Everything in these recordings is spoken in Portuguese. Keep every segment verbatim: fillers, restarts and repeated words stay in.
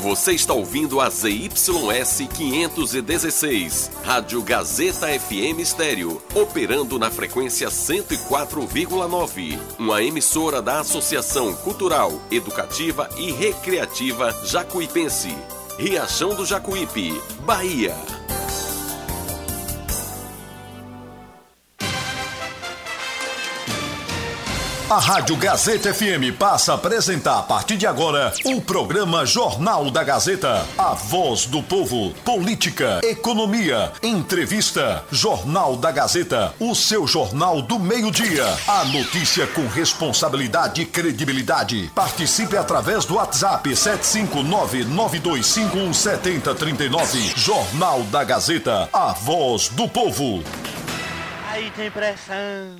Você está ouvindo a Z Y S quinhentos e dezesseis, Rádio Gazeta F M Estéreo, operando na frequência cento e quatro vírgula nove, uma emissora da Associação Cultural, Educativa e Recreativa Jacuipense, Riachão do Jacuípe, Bahia. A Rádio Gazeta F M passa a apresentar a partir de agora o programa Jornal da Gazeta, a voz do povo, política, economia, entrevista. Jornal da Gazeta, o seu jornal do meio-dia. A notícia com responsabilidade e credibilidade. Participe através do WhatsApp sete cinco nove nove dois cinco um sete zero três nove. Jornal da Gazeta, a voz do povo. Aí tem pressão.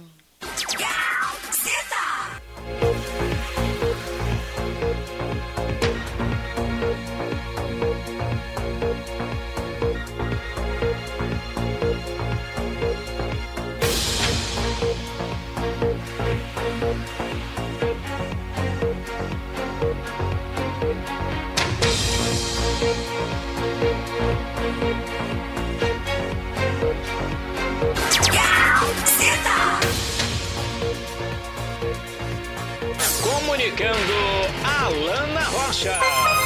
Comunicando Alana Rocha.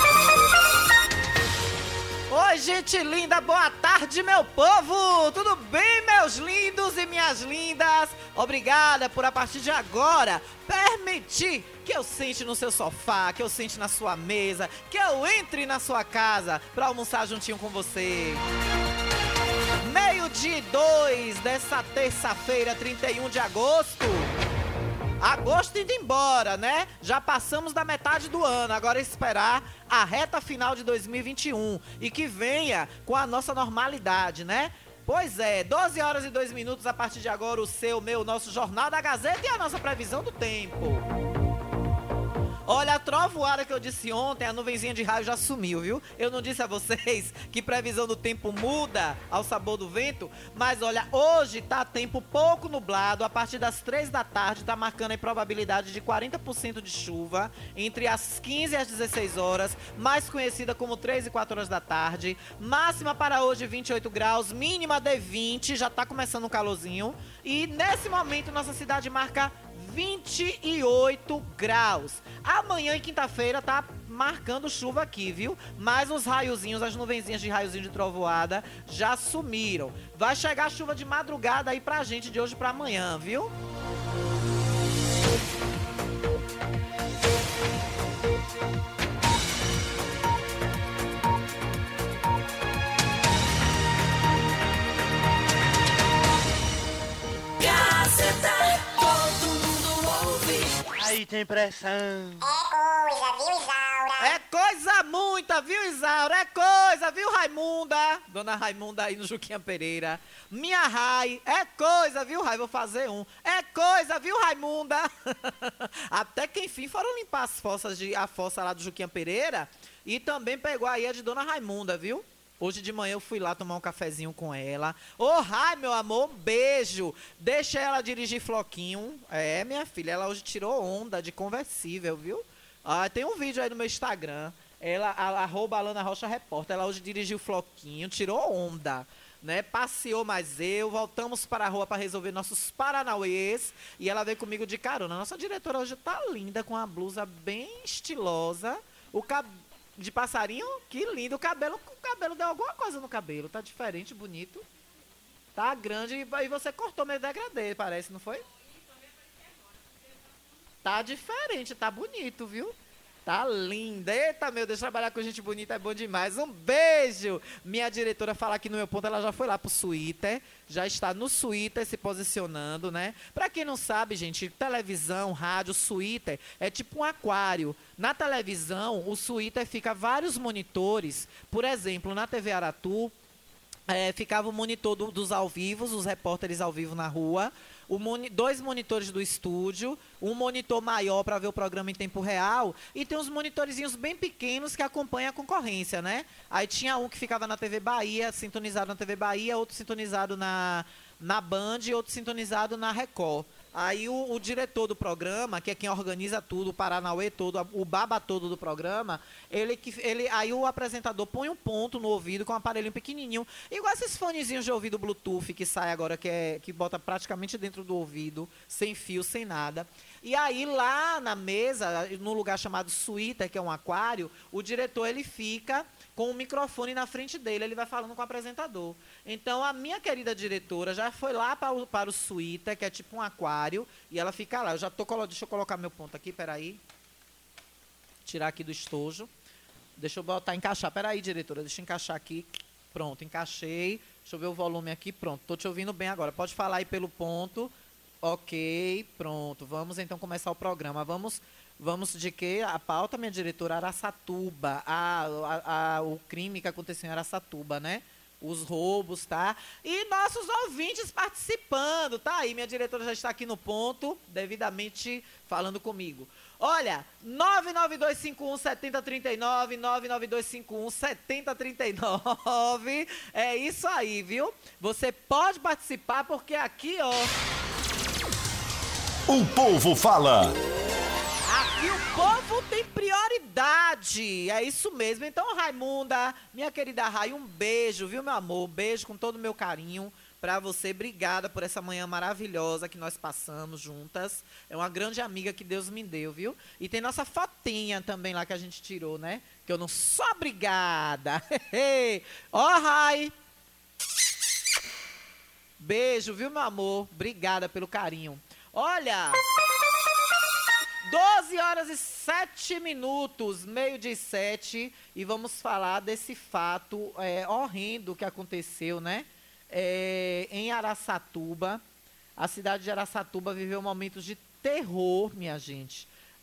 Oi, gente linda, boa tarde, meu povo! Tudo bem, meus lindos e minhas lindas? Obrigada por, a partir de agora, permitir que eu sente no seu sofá, que eu sente na sua mesa, que eu entre na sua casa para almoçar juntinho com você. Meio-dia e dois dessa terça-feira, trinta e um de agosto. Agosto indo embora, né? Já passamos da metade do ano, agora é esperar a reta final de dois mil e vinte e um e que venha com a nossa normalidade, né? Pois é, doze horas e dois minutos a partir de agora, o seu, meu, nosso Jornal da Gazeta e a nossa previsão do tempo. Olha, a trovoada que eu disse ontem, a nuvenzinha de raio já sumiu, viu? Eu não disse a vocês que previsão do tempo muda ao sabor do vento, mas olha, hoje tá tempo pouco nublado, a partir das três da tarde tá marcando a probabilidade de quarenta por cento de chuva entre as quinze e as dezesseis horas, mais conhecida como três e quatro horas da tarde. Máxima para hoje vinte e oito graus, mínima de vinte, já tá começando um calorzinho. E nesse momento nossa cidade marca vinte e oito graus. Amanhã e quinta-feira tá marcando chuva aqui, viu? Mas os raiozinhos, as nuvenzinhas de raiozinho de trovoada já sumiram. Vai chegar chuva de madrugada aí pra gente de hoje pra amanhã, viu? Aí tem pressão. É coisa, viu, Isaura? É coisa muita, viu, Isaura? É coisa, viu, Raimunda? Dona Raimunda aí no Juquinha Pereira. Minha Rai, é coisa, viu, Rai? Vou fazer um. É coisa, viu, Raimunda? Até que enfim foram limpar as fossas de, a fossa lá do Juquinha Pereira e também pegou aí a de Dona Raimunda, viu? Hoje de manhã eu fui lá tomar um cafezinho com ela. Ô, Rai, meu amor, um beijo. Deixa ela dirigir floquinho. É, minha filha, ela hoje tirou onda de conversível, viu? Ah, tem um vídeo aí no meu Instagram. Ela, a, arroba Alana Rocha Repórter. Ela hoje dirigiu floquinho, tirou onda, né? Passeou mais eu. Voltamos para a rua para resolver nossos paranauês. E ela veio comigo de carona. Nossa diretora hoje tá linda, com a blusa bem estilosa. O cabelo de passarinho, que lindo. O cabelo, o cabelo deu alguma coisa no cabelo. Tá diferente, bonito. Tá grande. E você cortou meio degradê, parece, não foi? Tá diferente, tá bonito, viu? Tá linda. Eita, meu Deus, trabalhar com gente bonita é bom demais. Um beijo. Minha diretora fala aqui no meu ponto, ela já foi lá pro Suíter. Já está no Suíter se posicionando, né? Pra quem não sabe, gente, televisão, rádio, Suíter é tipo um aquário. Na televisão, o Suíter fica vários monitores. Por exemplo, na T V Aratu, é, ficava o monitor do, dos ao vivo, os repórteres ao vivo na rua. O moni- dois monitores do estúdio, um monitor maior para ver o programa em tempo real e tem uns monitorzinhos bem pequenos que acompanham a concorrência, né? Aí tinha um que ficava na T V Bahia, sintonizado na T V Bahia, outro sintonizado na, na Band e outro sintonizado na Record. Aí o, o diretor do programa, que é quem organiza tudo, o Paranauê todo, o baba todo do programa, ele, que, ele, aí o apresentador põe um ponto no ouvido com um aparelhinho pequenininho, igual esses fonezinhos de ouvido Bluetooth que sai agora, que, é, que bota praticamente dentro do ouvido, sem fio, sem nada. E aí lá na mesa, no lugar chamado suíte, que é um aquário, o diretor ele fica com o microfone na frente dele, ele vai falando com o apresentador. Então, a minha querida diretora já foi lá para o, para o suíte, que é tipo um aquário, e ela fica lá. Eu já tô, deixa eu colocar meu ponto aqui, peraí. Tirar aqui do estojo. Deixa eu botar, encaixar. Peraí, diretora, deixa eu encaixar aqui. Pronto, encaixei. Deixa eu ver o volume aqui, pronto. Tô te ouvindo bem agora. Pode falar aí pelo ponto. Ok, pronto. Vamos então começar o programa. Vamos... Vamos de que a pauta, minha diretora, Araçatuba, a, a, a, o crime que aconteceu em Araçatuba, né? Os roubos, tá? E nossos ouvintes participando, tá aí, minha diretora já está aqui no ponto, devidamente falando comigo. Olha, nove nove dois cinco um sete zero três nove, nove nove dois cinco um sete zero três nove, é isso aí, viu? Você pode participar porque aqui, ó... O povo fala... Aqui o povo tem prioridade, é isso mesmo. Então, Raimunda, minha querida Rai, um beijo, viu, meu amor? Um beijo com todo o meu carinho pra você. Obrigada por essa manhã maravilhosa que nós passamos juntas. É uma grande amiga que Deus me deu, viu? E tem nossa fotinha também lá que a gente tirou, né? Que eu não sou obrigada. Ó, oh, Rai. Beijo, viu, meu amor? Obrigada pelo carinho. Olha... doze horas e sete minutos, meio de sete, e vamos falar desse fato é, horrendo que aconteceu, né? É, em Araçatuba. A cidade de Araçatuba viveu momentos de terror, minha gente,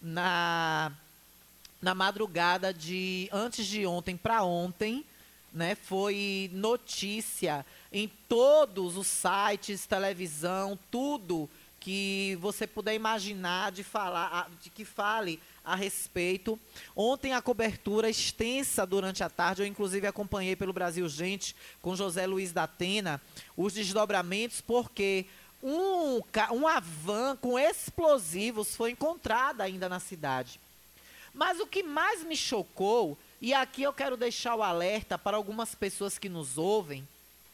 na, na madrugada de antes de ontem para ontem, né? Foi notícia em todos os sites, televisão, tudo que você puder imaginar de falar, de que fale a respeito. Ontem a cobertura extensa durante a tarde, eu inclusive acompanhei pelo Brasil Gente, com José Luiz da Atena, os desdobramentos, porque um, uma van com explosivos foi encontrada ainda na cidade. Mas o que mais me chocou, e aqui eu quero deixar o alerta para algumas pessoas que nos ouvem,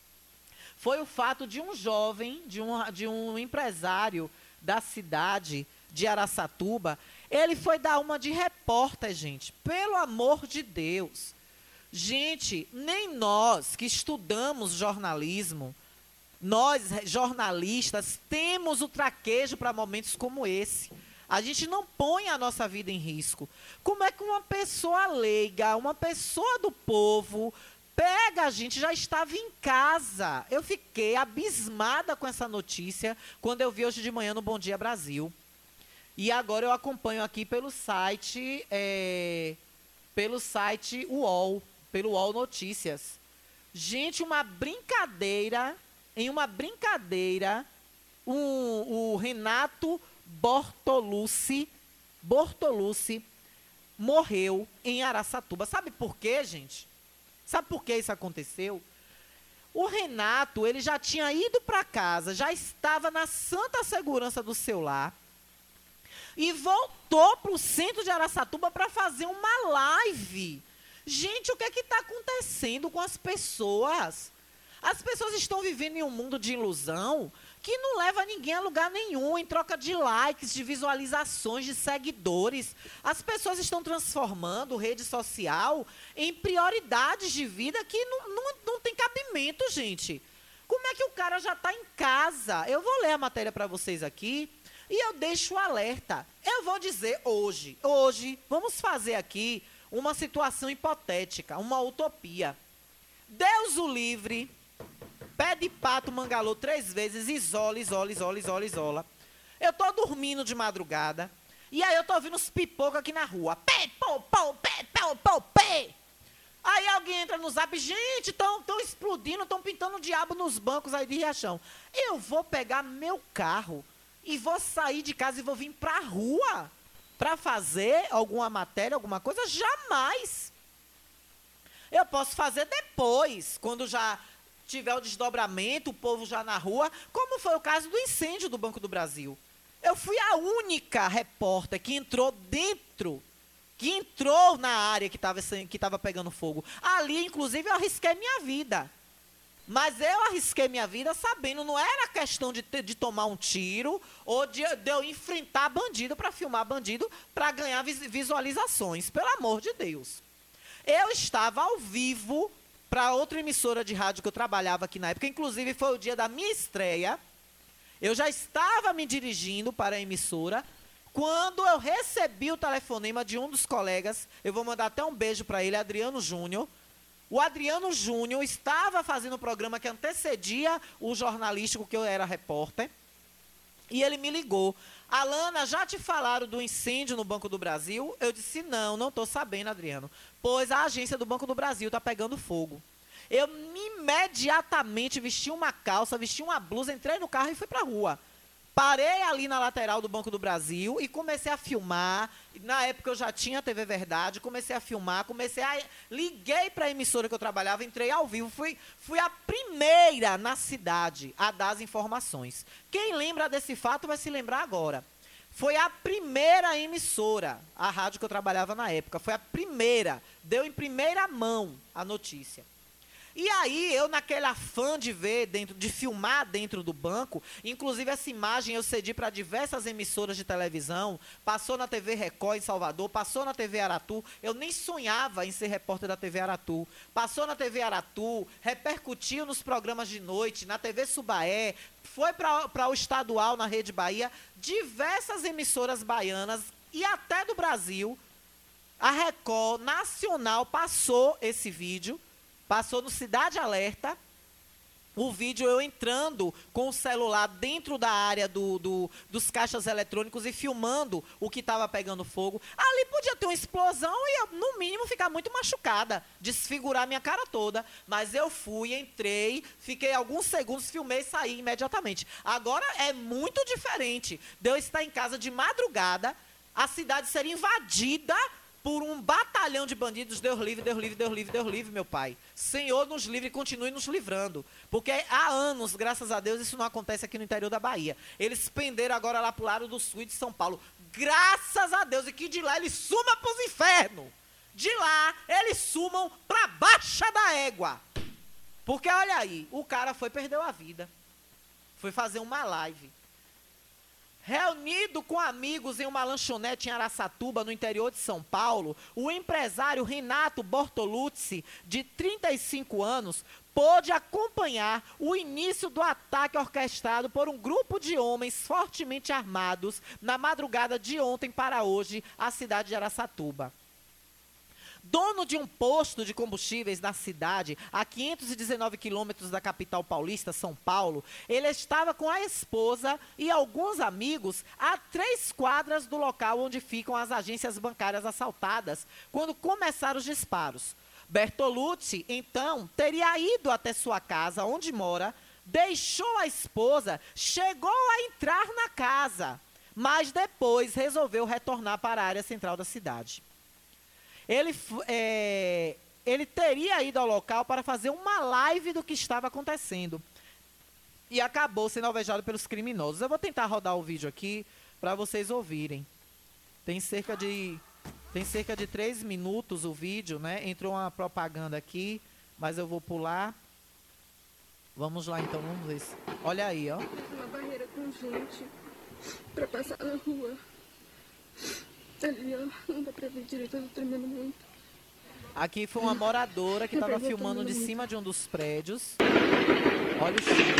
foi o fato de um jovem, de um, de um empresário da cidade de Araçatuba, ele foi dar uma de repórter, gente. Pelo amor de Deus. Gente, nem nós que estudamos jornalismo, nós jornalistas, temos o traquejo para momentos como esse. A gente não põe a nossa vida em risco. Como é que uma pessoa leiga, uma pessoa do povo... Pega, a gente já estava em casa. Eu fiquei abismada com essa notícia quando eu vi hoje de manhã no Bom Dia Brasil. E agora eu acompanho aqui pelo site, é, pelo site U O L, pelo U O L Notícias. Gente, uma brincadeira, em uma brincadeira, um, o Renato Bortolucci, Bortolucci morreu em Araçatuba. Sabe por quê, gente? Sabe por que isso aconteceu? O Renato, ele já tinha ido para casa, já estava na santa segurança do seu lar e voltou para o centro de Araçatuba para fazer uma live. Gente, o que é que está acontecendo com as pessoas? As pessoas estão vivendo em um mundo de ilusão que não leva ninguém a lugar nenhum, em troca de likes, de visualizações, de seguidores. As pessoas estão transformando rede social em prioridades de vida que não, não, não tem cabimento, gente. Como é que o cara já está em casa? Eu vou ler a matéria para vocês aqui e eu deixo o alerta. Eu vou dizer hoje, hoje, vamos fazer aqui uma situação hipotética, uma utopia. Deus o livre... Pé de pato, mangalô, três vezes, isola, isola, isola, isola, isola. Eu tô dormindo de madrugada, e aí eu tô ouvindo os pipocos aqui na rua. Pé, pô, pô, pé, pô, pô, pé. Aí alguém entra no zap, gente, estão tão explodindo, estão pintando o diabo nos bancos aí de Riachão. Eu vou pegar meu carro e vou sair de casa e vou vir pra rua pra fazer alguma matéria, alguma coisa? Jamais. Eu posso fazer depois, quando já... tiver o desdobramento, o povo já na rua, como foi o caso do incêndio do Banco do Brasil. Eu fui a única repórter que entrou dentro, que entrou na área que estava que estava pegando fogo. Ali, inclusive, eu arrisquei minha vida. Mas eu arrisquei minha vida sabendo, não era questão de, ter, de tomar um tiro ou de, de eu enfrentar bandido para filmar bandido para ganhar vis, visualizações. Pelo amor de Deus. Eu estava ao vivo para outra emissora de rádio que eu trabalhava aqui na época. Inclusive, foi o dia da minha estreia. Eu já estava me dirigindo para a emissora quando eu recebi o telefonema de um dos colegas. Eu vou mandar até um beijo para ele, Adriano Júnior. O Adriano Júnior estava fazendo um programa que antecedia o jornalístico, que eu era repórter. E ele me ligou. Alana, já te falaram do incêndio no Banco do Brasil? Eu disse, não, não estou sabendo, Adriano. Pois a agência do Banco do Brasil está pegando fogo. Eu imediatamente vesti uma calça, vesti uma blusa, entrei no carro e fui para a rua. Parei ali na lateral do Banco do Brasil e comecei a filmar. Na época eu já tinha T V Verdade, comecei a filmar, comecei a... Liguei para a emissora que eu trabalhava, entrei ao vivo, fui, fui a primeira na cidade a dar as informações. Quem lembra desse fato vai se lembrar agora. Foi a primeira emissora, a rádio que eu trabalhava na época, foi a primeira, deu em primeira mão a notícia. E aí, eu naquele afã de ver, dentro, de filmar dentro do banco, inclusive essa imagem eu cedi para diversas emissoras de televisão, passou na T V Record em Salvador, passou na T V Aratu, eu nem sonhava em ser repórter da T V Aratu, passou na T V Aratu, repercutiu nos programas de noite, na T V Subaé, foi para o estadual na Rede Bahia, diversas emissoras baianas e até do Brasil, a Record Nacional passou esse vídeo, passou no Cidade Alerta, o vídeo eu entrando com o celular dentro da área do, do, dos caixas eletrônicos e filmando o que estava pegando fogo. Ali podia ter uma explosão e eu, no mínimo, ficar muito machucada, desfigurar minha cara toda. Mas eu fui, entrei, fiquei alguns segundos, filmei e saí imediatamente. Agora é muito diferente de eu estar em casa de madrugada, a cidade ser invadida por um batalhão de bandidos. Deus livre, Deus livre, Deus livre, Deus livre, meu pai. Senhor nos livre e continue nos livrando. Porque há anos, graças a Deus, isso não acontece aqui no interior da Bahia. Eles penderam agora lá pro lado do sul de São Paulo. Graças a Deus. E que de lá eles sumam pros infernos. De lá, eles sumam pra baixa da égua. Porque, olha aí, o cara foi, perdeu a vida. Foi fazer uma live. Reunido com amigos em uma lanchonete em Araçatuba, no interior de São Paulo, o empresário Renato Bortolucci, de trinta e cinco anos, pôde acompanhar o início do ataque orquestrado por um grupo de homens fortemente armados na madrugada de ontem para hoje, à cidade de Araçatuba. Dono de um posto de combustíveis na cidade, a quinhentos e dezenove quilômetros da capital paulista, São Paulo, ele estava com a esposa e alguns amigos a três quadras do local onde ficam as agências bancárias assaltadas, quando começaram os disparos. Bertolucci, então, teria ido até sua casa, onde mora, deixou a esposa, chegou a entrar na casa, mas depois resolveu retornar para a área central da cidade. Ele, é, ele teria ido ao local para fazer uma live do que estava acontecendo. E acabou sendo alvejado pelos criminosos. Eu vou tentar rodar o vídeo aqui para vocês ouvirem. Tem cerca de, tem cerca de três minutos o vídeo, né? Entrou uma propaganda aqui, mas eu vou pular. Vamos lá então, vamos ver. Se... Olha aí, ó. Uma barreira com gente para passar na rua. Ali, ó, não dá pra ver direito, eu tô tremendo muito. Aqui foi uma moradora que estava filmando de cima de um dos prédios. Olha o cheiro.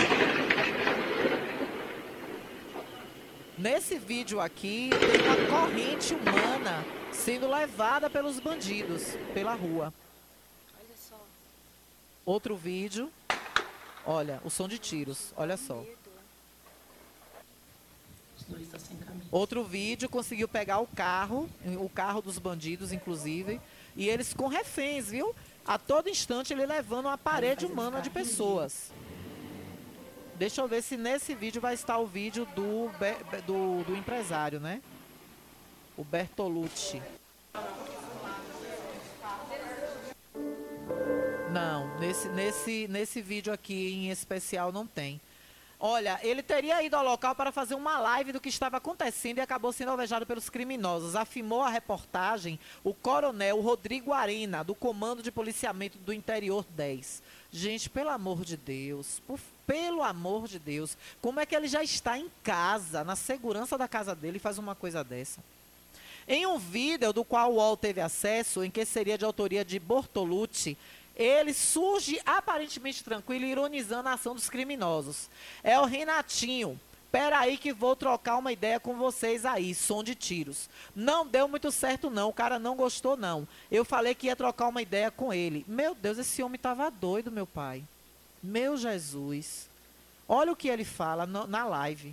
Nesse vídeo aqui, tem uma corrente humana sendo levada pelos bandidos pela rua. Olha só. Outro vídeo. Olha, o som de tiros, olha só. Outro vídeo, conseguiu pegar o carro, o carro dos bandidos, inclusive, e eles com reféns, viu? A todo instante ele levando uma parede humana de pessoas. Deixa eu ver se nesse vídeo vai estar o vídeo do, do, do empresário, né? O Bertolucci. Não, nesse, nesse, nesse vídeo aqui em especial não tem. Olha, ele teria ido ao local para fazer uma live do que estava acontecendo e acabou sendo alvejado pelos criminosos. Afirmou a reportagem o coronel Rodrigo Arena, do Comando de Policiamento do Interior dez. Gente, pelo amor de Deus, por, pelo amor de Deus, como é que ele já está em casa, na segurança da casa dele, e faz uma coisa dessa? Em um vídeo do qual o U O L teve acesso, em que seria de autoria de Bortolucci, ele surge aparentemente tranquilo e ironizando a ação dos criminosos. É o Renatinho. Peraí que vou trocar uma ideia com vocês aí, som de tiros. Não deu muito certo não, o cara não gostou não. Eu falei que ia trocar uma ideia com ele. Meu Deus, esse homem estava doido, meu pai. Meu Jesus. Olha o que ele fala no, na live.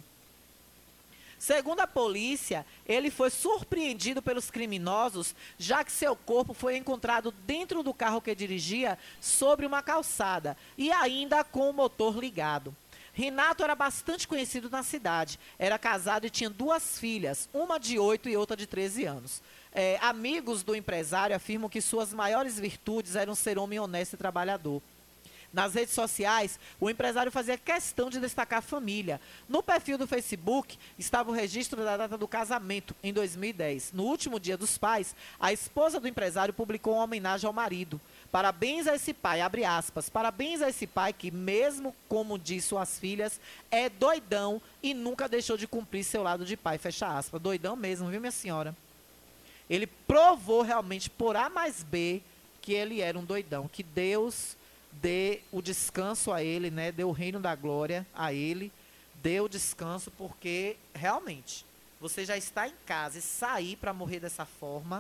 Segundo a polícia, ele foi surpreendido pelos criminosos, já que seu corpo foi encontrado dentro do carro que dirigia sobre uma calçada e ainda com o motor ligado. Renato era bastante conhecido na cidade, era casado e tinha duas filhas, uma de oito e outra de treze anos. É, amigos do empresário afirmam que suas maiores virtudes eram ser homem honesto e trabalhador. Nas redes sociais, o empresário fazia questão de destacar a família. No perfil do Facebook, estava o registro da data do casamento, em dois mil e dez. No último dia dos pais, a esposa do empresário publicou uma homenagem ao marido. Parabéns a esse pai, abre aspas, parabéns a esse pai que, mesmo como diz suas filhas, é doidão e nunca deixou de cumprir seu lado de pai, fecha aspas. Doidão mesmo, viu, minha senhora? Ele provou realmente, por A mais B, que ele era um doidão, que Deus dê o descanso a ele, né? Dê o reino da glória a ele, dê o descanso, porque realmente você já está em casa e sair para morrer dessa forma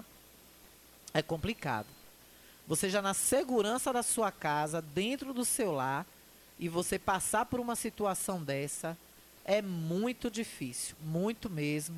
é complicado. Você já na segurança da sua casa, dentro do seu lar, e você passar por uma situação dessa é muito difícil, muito mesmo.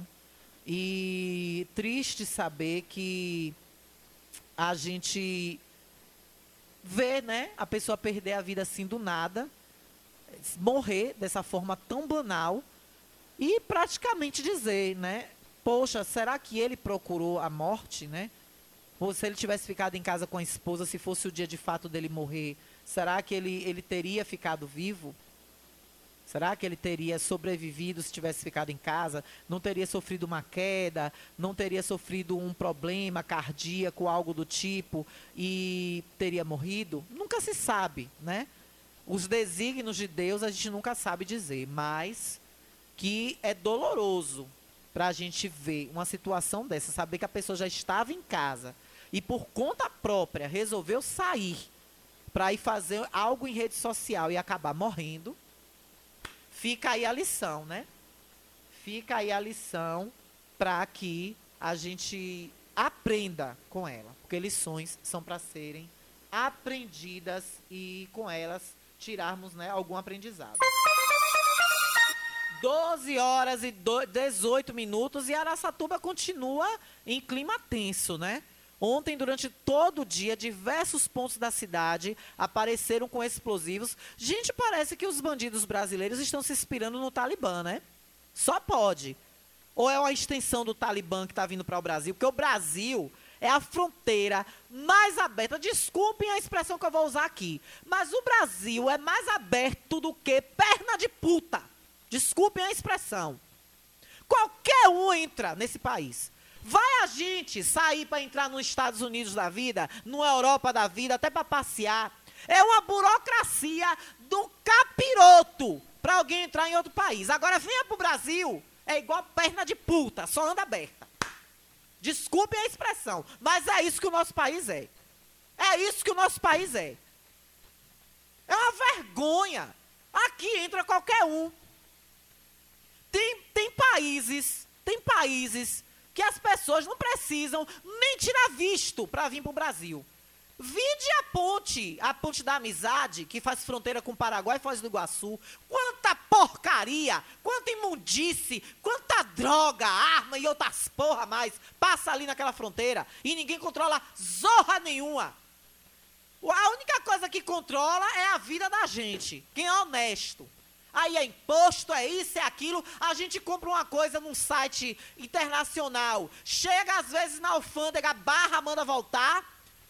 E triste saber que a gente ver, né, a pessoa perder a vida assim do nada, morrer dessa forma tão banal e praticamente dizer, né, poxa, será que ele procurou a morte, né? Ou se ele tivesse ficado em casa com a esposa, se fosse o dia de fato dele morrer, será que ele, ele teria ficado vivo? Será que ele teria sobrevivido se tivesse ficado em casa? Não teria sofrido uma queda? Não teria sofrido um problema cardíaco, algo do tipo, e teria morrido? Nunca se sabe, né? Os desígnios de Deus a gente nunca sabe dizer, mas que é doloroso para a gente ver uma situação dessa, saber que a pessoa já estava em casa e por conta própria resolveu sair para ir fazer algo em rede social e acabar morrendo. Fica aí a lição, né? Fica aí a lição para que a gente aprenda com ela. Porque lições são para serem aprendidas e com elas tirarmos, né, algum aprendizado. doze horas e dezoito minutos e Araçatuba continua em clima tenso, né? Ontem, durante todo o dia, diversos pontos da cidade apareceram com explosivos. Gente, parece que os bandidos brasileiros estão se inspirando no Talibã, né? Só pode. Ou é uma extensão do Talibã que está vindo para o Brasil? Porque o Brasil é a fronteira mais aberta. Desculpem a expressão que eu vou usar aqui. Mas o Brasil é mais aberto do que perna de puta. Desculpem a expressão. Qualquer um entra nesse país. Vai a gente sair para entrar nos Estados Unidos da vida, na Europa da vida, até para passear. É uma burocracia do capiroto para alguém entrar em outro país. Agora venha para o Brasil, é igual perna de puta, só anda aberta. Desculpem a expressão, mas é isso que o nosso país é. É isso que o nosso país é. É uma vergonha. Aqui entra qualquer um. Tem, tem países, tem países... que as pessoas não precisam nem tirar visto para vir para o Brasil. Vide a ponte, a ponte da amizade, que faz fronteira com o Paraguai e Foz do Iguaçu. Quanta porcaria, quanta imundice, quanta droga, arma e outras porra mais passa ali naquela fronteira e ninguém controla zorra nenhuma. A única coisa que controla é a vida da gente, quem é honesto. Aí é imposto, é isso, é aquilo. A gente compra uma coisa num site internacional. Chega às vezes na alfândega, barra, manda voltar. Quantas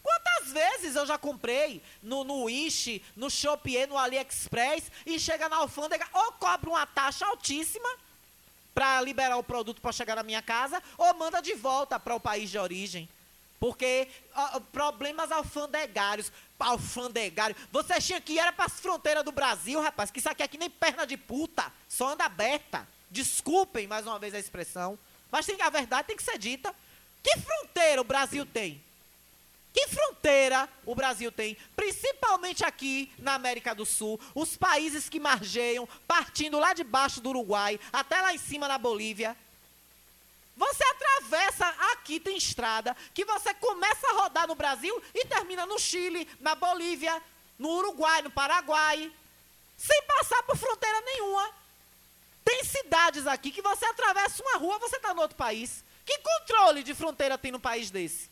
Quantas vezes eu já comprei no, no Wish, no Shopee, no AliExpress, e chega na alfândega, ou cobra uma taxa altíssima para liberar o produto para chegar na minha casa, ou manda de volta para o país de origem. Porque ó, problemas alfandegários, alfandegário, você tinha que ir era para as fronteiras do Brasil, rapaz, que isso aqui é que nem perna de puta, só anda aberta. Desculpem mais uma vez a expressão, mas tem, a verdade tem que ser dita. Que fronteira o Brasil tem? Que fronteira o Brasil tem? Principalmente aqui na América do Sul, os países que margeiam, partindo lá de baixo do Uruguai, até lá em cima na Bolívia. Você atravessa, aqui tem estrada, que você começa a rodar no Brasil e termina no Chile, na Bolívia, no Uruguai, no Paraguai, sem passar por fronteira nenhuma. Tem cidades aqui que você atravessa uma rua, você está no outro país. Que controle de fronteira tem num país desse?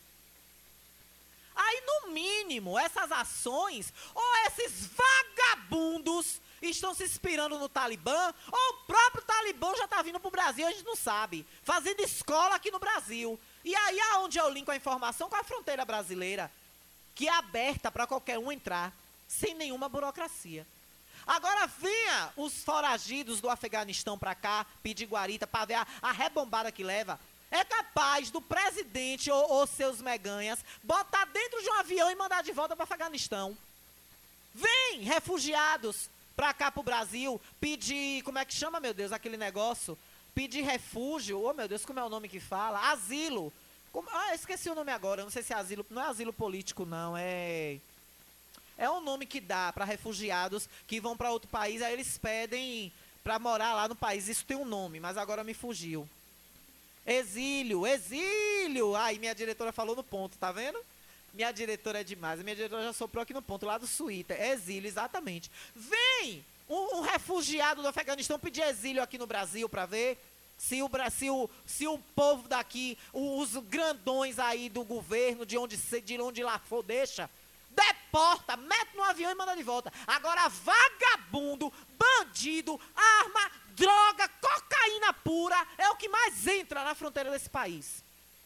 Aí, no mínimo, essas ações, ou esses vagabundos estão se inspirando no Talibã, ou o próprio Talibã já está vindo para o Brasil, a gente não sabe, fazendo escola aqui no Brasil. E aí, aonde eu linko a informação com a fronteira brasileira, que é aberta para qualquer um entrar, sem nenhuma burocracia. Agora venha os foragidos do Afeganistão para cá, pedir guarita, para ver a, a rebombada que leva. É capaz do presidente ou, ou seus meganhas botar dentro de um avião e mandar de volta para o Afeganistão. Vem, refugiados, para cá para o Brasil, pedir, como é que chama, meu Deus, aquele negócio? Pedir refúgio, oh meu Deus, como é o nome que fala? Asilo. Como, ah, esqueci o nome agora, não sei se é asilo, não é asilo político não, é... É um nome que dá para refugiados que vão para outro país, aí eles pedem para morar lá no país, isso tem um nome, mas agora me fugiu. Exílio, exílio! Ai, minha diretora falou no ponto, tá vendo? Minha diretora é demais, a minha diretora já soprou aqui no ponto, lá do Twitter. Exílio, exatamente. Vem um, um refugiado do Afeganistão pedir exílio aqui no Brasil pra ver se o, se o, se o povo daqui, os grandões aí do governo, de onde, de onde lá for, deixa, deporta, mete no avião e manda de volta. Agora, vagabundo, bandido, arma, droga, cocaína pura, é o que mais entra na fronteira desse país.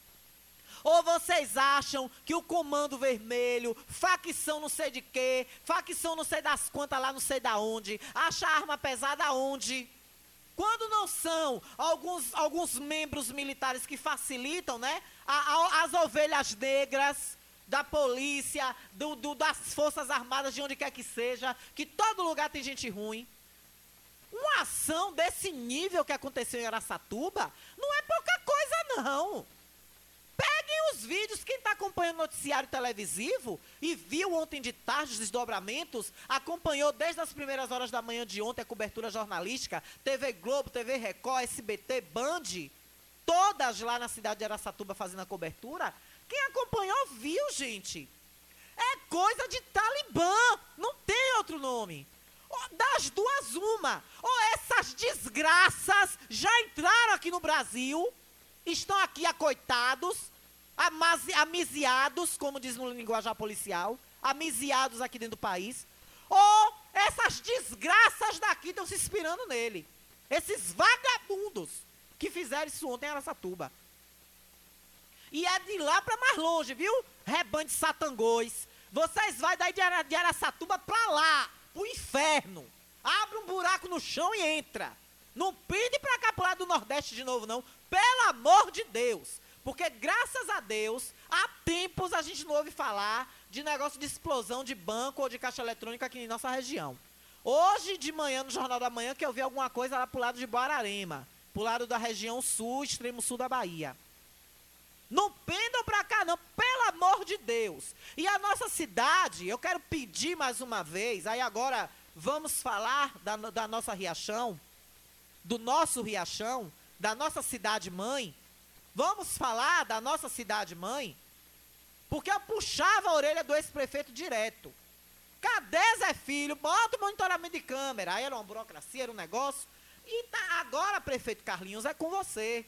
Ou vocês acham que o Comando Vermelho, facção não sei de quê, facção não sei das quantas lá não sei da onde, acha arma pesada aonde? Quando não são alguns, alguns membros militares que facilitam, né, a, a, as ovelhas negras da polícia, do, do, das forças armadas, de onde quer que seja, que todo lugar tem gente ruim. Uma ação desse nível que aconteceu em Araçatuba não é pouca coisa, não. Peguem os vídeos, quem está acompanhando o noticiário televisivo e viu ontem de tarde os desdobramentos, acompanhou desde as primeiras horas da manhã de ontem a cobertura jornalística, T V Globo, T V Record, S B T, Band, todas lá na cidade de Araçatuba fazendo a cobertura. Quem acompanhou viu, gente. É coisa de Talibã, não tem outro nome. Das duas, uma. Ou essas desgraças já entraram aqui no Brasil, estão aqui acoitados, amasi, amisiados, como diz no linguajar policial, amisiados aqui dentro do país, ou essas desgraças daqui estão se inspirando nele. Esses vagabundos que fizeram isso ontem em Araçatuba. E é de lá para mais longe, viu? Rebanho de satangões. Vocês vão daí de, Ara, de Araçatuba para lá, pro inferno. Abre um buraco no chão e entra. Não pide para cá pro lado do Nordeste de novo, não. Pelo amor de Deus. Porque, graças a Deus, há tempos a gente não ouve falar de negócio de explosão de banco ou de caixa eletrônica aqui em nossa região. Hoje de manhã, no Jornal da Manhã, que eu vi alguma coisa lá pro lado de Guararema, pro lado da região sul, extremo sul da Bahia. Não pendam pra cá, não, pelo amor de Deus. E a nossa cidade, eu quero pedir mais uma vez, aí agora vamos falar da, da nossa Riachão, do nosso Riachão, da nossa cidade-mãe. Vamos falar da nossa cidade-mãe, porque eu puxava a orelha do ex-prefeito direto. Cadê Zé Filho? Bota o monitoramento de câmera. Aí era uma burocracia, era um negócio. E tá, agora, prefeito Carlinhos, é com você.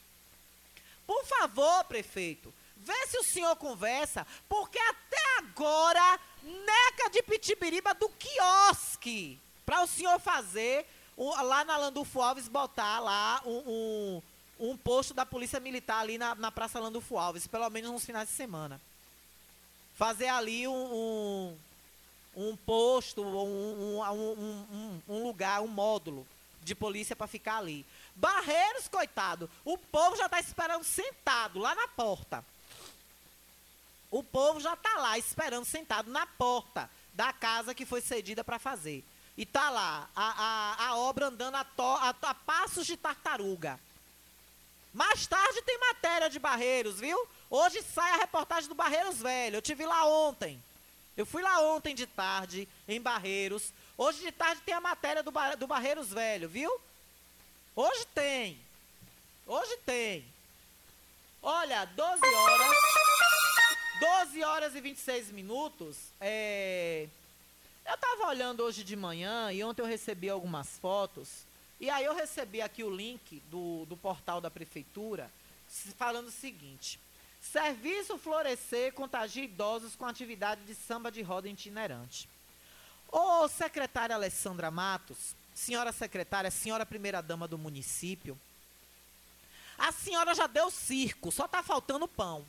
Por favor, prefeito, vê se o senhor conversa, porque até agora, neca de pitibiriba do quiosque, para o senhor fazer, um, lá na Landulfo Alves, botar lá um, um, um posto da Polícia Militar ali na, na Praça Landulfo Alves, pelo menos nos finais de semana. fazer ali um, um, um posto, um, um, um, um, um lugar, um módulo de polícia para ficar ali. Barreiros, coitado, o povo já está esperando sentado lá na porta. O povo já está lá esperando sentado na porta da casa que foi cedida para fazer. E tá lá a, a, a obra andando a, to, a, a passos de tartaruga. Mais tarde tem matéria de Barreiros, viu? Hoje sai a reportagem do Barreiros Velho. Eu tive lá ontem. Eu fui lá ontem de tarde, em Barreiros. Hoje de tarde tem a matéria do, do Barreiros Velho, viu? Hoje tem. Hoje tem. Olha, doze horas. doze horas e vinte e seis minutos. É... Eu estava olhando hoje de manhã e ontem eu recebi algumas fotos. E aí eu recebi aqui o link do, do portal da prefeitura falando o seguinte: Serviço Florescer contagia idosos com atividade de samba de roda itinerante. Ô secretária Alessandra Matos, senhora secretária, senhora primeira-dama do município, a senhora já deu circo, só está faltando pão.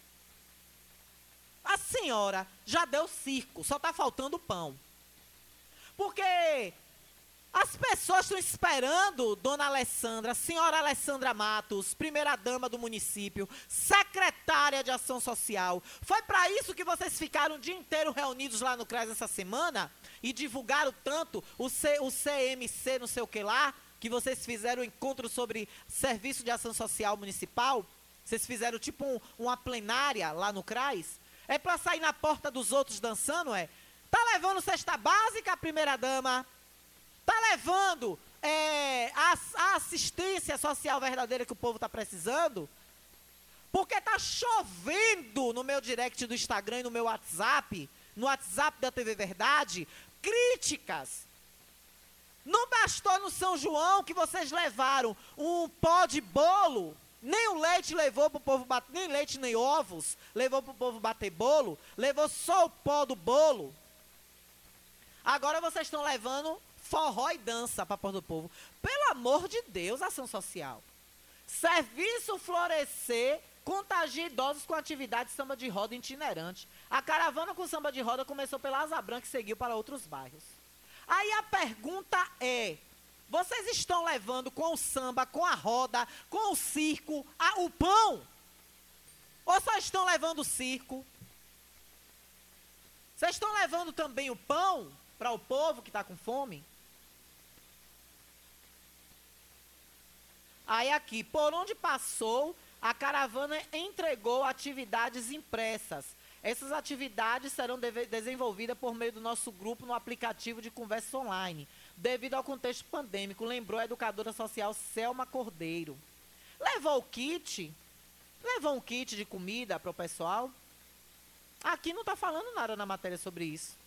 A senhora já deu circo, só está faltando pão. Porque as pessoas estão esperando, dona Alessandra, senhora Alessandra Matos, primeira-dama do município, secretária de Ação Social. Foi para isso que vocês ficaram o dia inteiro reunidos lá no CRAS essa semana e divulgaram tanto o, C, o C M C, não sei o que lá, que vocês fizeram um encontro sobre Serviço de Ação Social Municipal? Vocês fizeram tipo um, uma plenária lá no CRAS? É para sair na porta dos outros dançando, é? Tá levando cesta básica, a primeira-dama? Tá levando é, a, a assistência social verdadeira que o povo tá precisando? Porque tá chovendo no meu direct do Instagram e no meu WhatsApp, no WhatsApp da T V Verdade, críticas. Não bastou no São João que vocês levaram um pó de bolo, nem o leite levou pro povo bater, nem leite nem ovos, levou pro povo bater bolo, levou só o pó do bolo. Agora vocês estão levando forró e dança para pôr do povo. Pelo amor de Deus, ação social. Serviço Florescer contagia idosos com atividade de samba de roda itinerante. A caravana com samba de roda começou pela Asa Branca e seguiu para outros bairros. Aí a pergunta é: vocês estão levando com o samba, com a roda, com o circo, a, o pão? Ou só estão levando o circo? Vocês estão levando também o pão para o povo que está com fome? Aí aqui, por onde passou, a caravana entregou atividades impressas. Essas atividades serão desenvolvidas por meio do nosso grupo no aplicativo de conversa online, devido ao contexto pandêmico, lembrou a educadora social Selma Cordeiro. Levou o kit? Levou um kit de comida para o pessoal? Aqui não está falando nada na matéria sobre isso.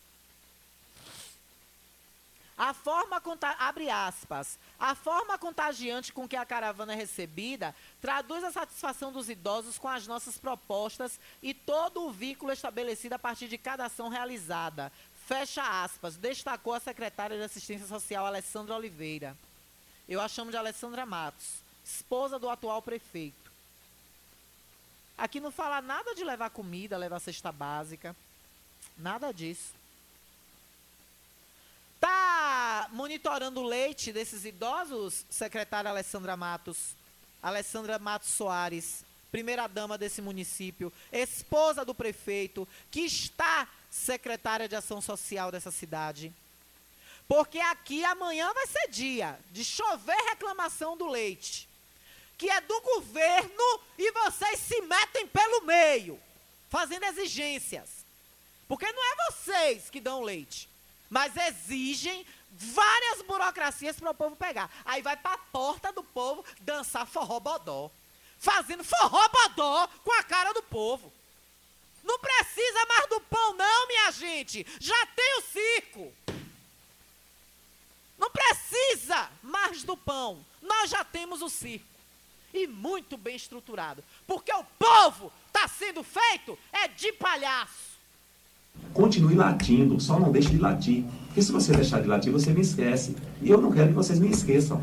A forma, abre aspas, a forma contagiante com que a caravana é recebida traduz a satisfação dos idosos com as nossas propostas e todo o vínculo estabelecido a partir de cada ação realizada. Fecha aspas, destacou a secretária de Assistência Social, Alessandra Oliveira. Eu a chamo de Alessandra Matos, esposa do atual prefeito. Aqui não fala nada de levar comida, levar cesta básica, nada disso. Está monitorando o leite desses idosos, secretária Alessandra Matos, Alessandra Matos Soares, primeira-dama desse município, esposa do prefeito, que está secretária de Ação Social dessa cidade. Porque aqui amanhã vai ser dia de chover reclamação do leite, que é do governo, e vocês se metem pelo meio, fazendo exigências. Porque não é vocês que dão leite, mas exigem várias burocracias para o povo pegar. Aí vai para a porta do povo dançar forró-bodó, fazendo forró-bodó com a cara do povo. Não precisa mais do pão não, minha gente. Já tem o circo. Não precisa mais do pão. Nós já temos o circo. E muito bem estruturado. Porque o povo está sendo feito é de palhaço. Continue latindo, só não deixe de latir. Porque se você deixar de latir, você me esquece. E eu não quero que vocês me esqueçam.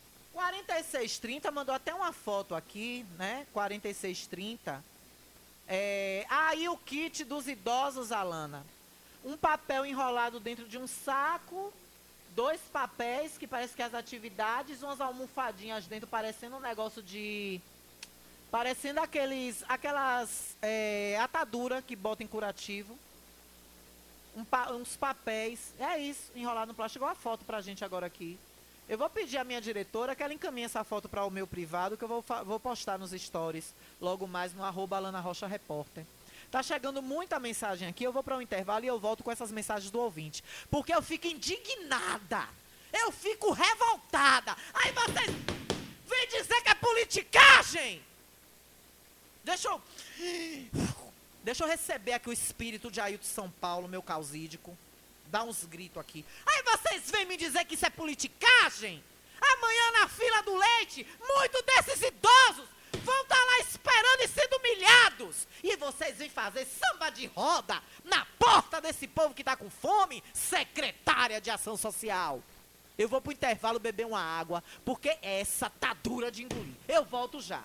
quarenta e seis trinta mandou até uma foto aqui, né? quarenta e seis trinta. É, aí o kit dos idosos, Alana. Um papel enrolado dentro de um saco, dois papéis, que parece que as atividades, umas almofadinhas dentro, parecendo um negócio de... Parecendo aqueles, aquelas é, ataduras que botam em curativo. Um pa, uns papéis, é isso, enrolado no plástico. Chegou a foto pra gente agora aqui. Eu vou pedir à minha diretora que ela encaminhe essa foto para o meu privado, que eu vou, vou postar nos stories, logo mais no arroba Alana Rocha Repórter. Tá chegando muita mensagem aqui, eu vou para um intervalo e eu volto com essas mensagens do ouvinte. Porque eu fico indignada, eu fico revoltada. Aí vocês vêm dizer que é politicagem! Deixa eu... Deixa eu receber aqui o espírito de Ailton São Paulo, meu causídico. Dá uns gritos aqui. Aí vocês vêm me dizer que isso é politicagem? Amanhã na fila do leite, muitos desses idosos vão estar lá esperando e sendo humilhados. E vocês vêm fazer samba de roda na porta desse povo que tá com fome, secretária de Ação Social. Eu vou pro intervalo beber uma água, porque essa tá dura de engolir. Eu volto já.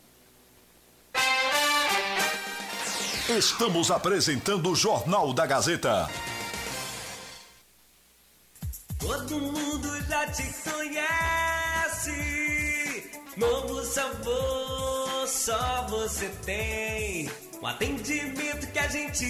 Estamos apresentando o Jornal da Gazeta. Todo mundo já te conhece. Novo sabor, só você tem. O atendimento que a gente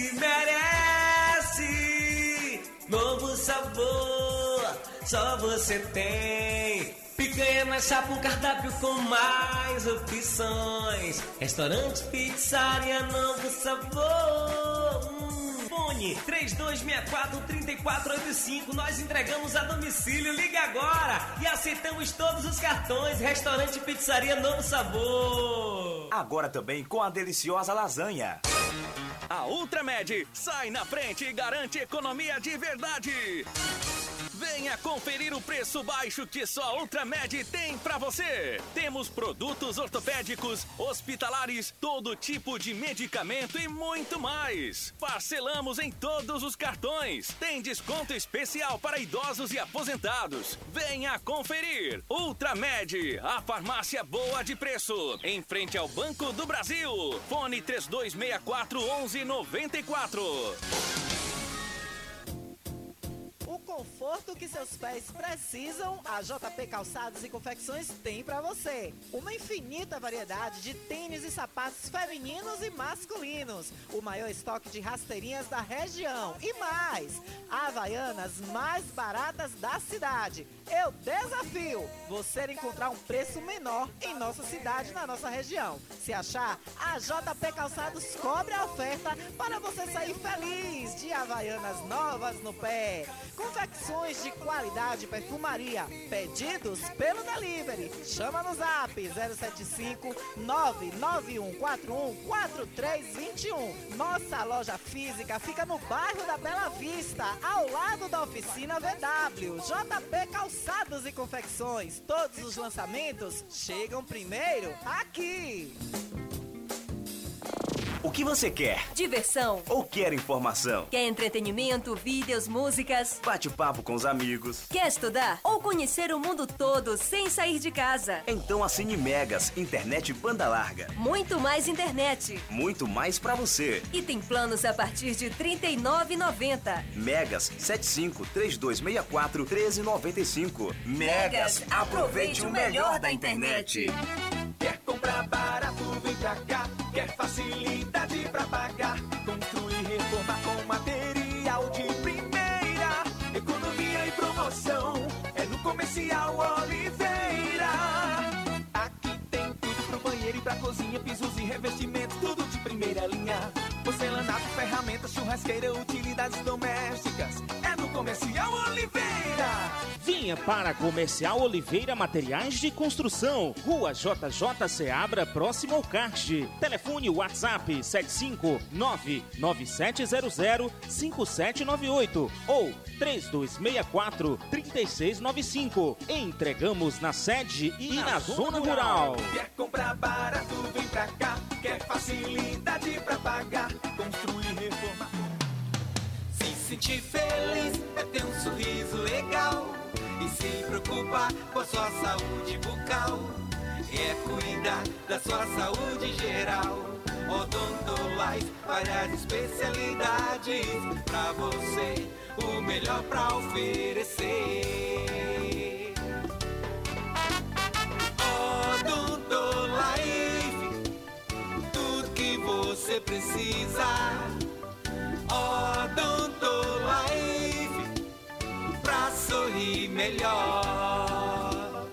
merece. Novo sabor, só você tem. Picanha na chapa, um cardápio com mais opções. Restaurante, pizzaria, novo sabor. Hum, fone três dois seis quatro, três quatro oito cinco. Nós entregamos a domicílio. Liga agora e aceitamos todos os cartões. Restaurante, pizzaria, novo sabor. Agora também com a deliciosa lasanha. A Ultramed sai na frente e garante economia de verdade. Venha conferir o preço baixo que só a Ultramed tem pra você. Temos produtos ortopédicos, hospitalares, todo tipo de medicamento e muito mais. Parcelamos em todos os cartões. Tem desconto especial para idosos e aposentados. Venha conferir. Ultramed, a farmácia boa de preço. Em frente ao Banco do Brasil. Fone três dois seis quatro, onze noventa e quatro. O conforto que seus pés precisam, a J P Calçados e Confecções tem pra você. Uma infinita variedade de tênis e sapatos femininos e masculinos. O maior estoque de rasteirinhas da região. E mais, havaianas mais baratas da cidade. Eu desafio você encontrar um preço menor em nossa cidade, na nossa região. Se achar, a J P Calçados cobre a oferta para você sair feliz de havaianas novas no pé. Confecções de qualidade, perfumaria. Pedidos pelo delivery. Chama no zap zero sete cinco, nove nove um quatro um, quatro três dois um. Nossa loja física fica no bairro da Bela Vista, ao lado da oficina V W. J P Calçados e Confecções. Todos os lançamentos chegam primeiro aqui. O que você quer? Diversão. Ou quer informação? Quer entretenimento, vídeos, músicas? Bate-papo com os amigos? Quer estudar? Ou conhecer o mundo todo sem sair de casa? Então assine Megas, internet banda larga. Muito mais internet. Muito mais pra você. E tem planos a partir de trinta e nove reais e noventa centavos. Megas sete cinco, três dois seis quatro, um três nove cinco. Megas, aproveite o melhor da internet. Quer comprar barato, vem pra cá. Quer facilidade pra pagar. Construir, reformar com material de primeira. Economia e promoção é no Comercial Oliveira. Aqui tem tudo pro banheiro e pra cozinha. Pisos e revestimentos, tudo de primeira linha. Porcelanato, ferramentas, churrasqueira, utilidades domésticas. É no Comercial Oliveira. Vinha para Comercial Oliveira Materiais de Construção, Rua J J Seabra, próximo ao Kart. Telefone WhatsApp sete cinco nove nove sete zero zero cinco sete nove oito ou três dois seis quatro, três seis nove cinco. Entregamos na sede e, e na, na zona rural. rural. Quer comprar barato, vem pra cá. Quer facilidade pra pagar. Construir, reformar. Se sentir feliz é ter um sorriso legal. E se preocupar com a sua saúde bucal. É cuidar da sua saúde geral. Odontolife, várias especialidades pra você, o melhor pra oferecer. Odontolife, tudo que você precisa. Odontolife, pra sorrir melhor.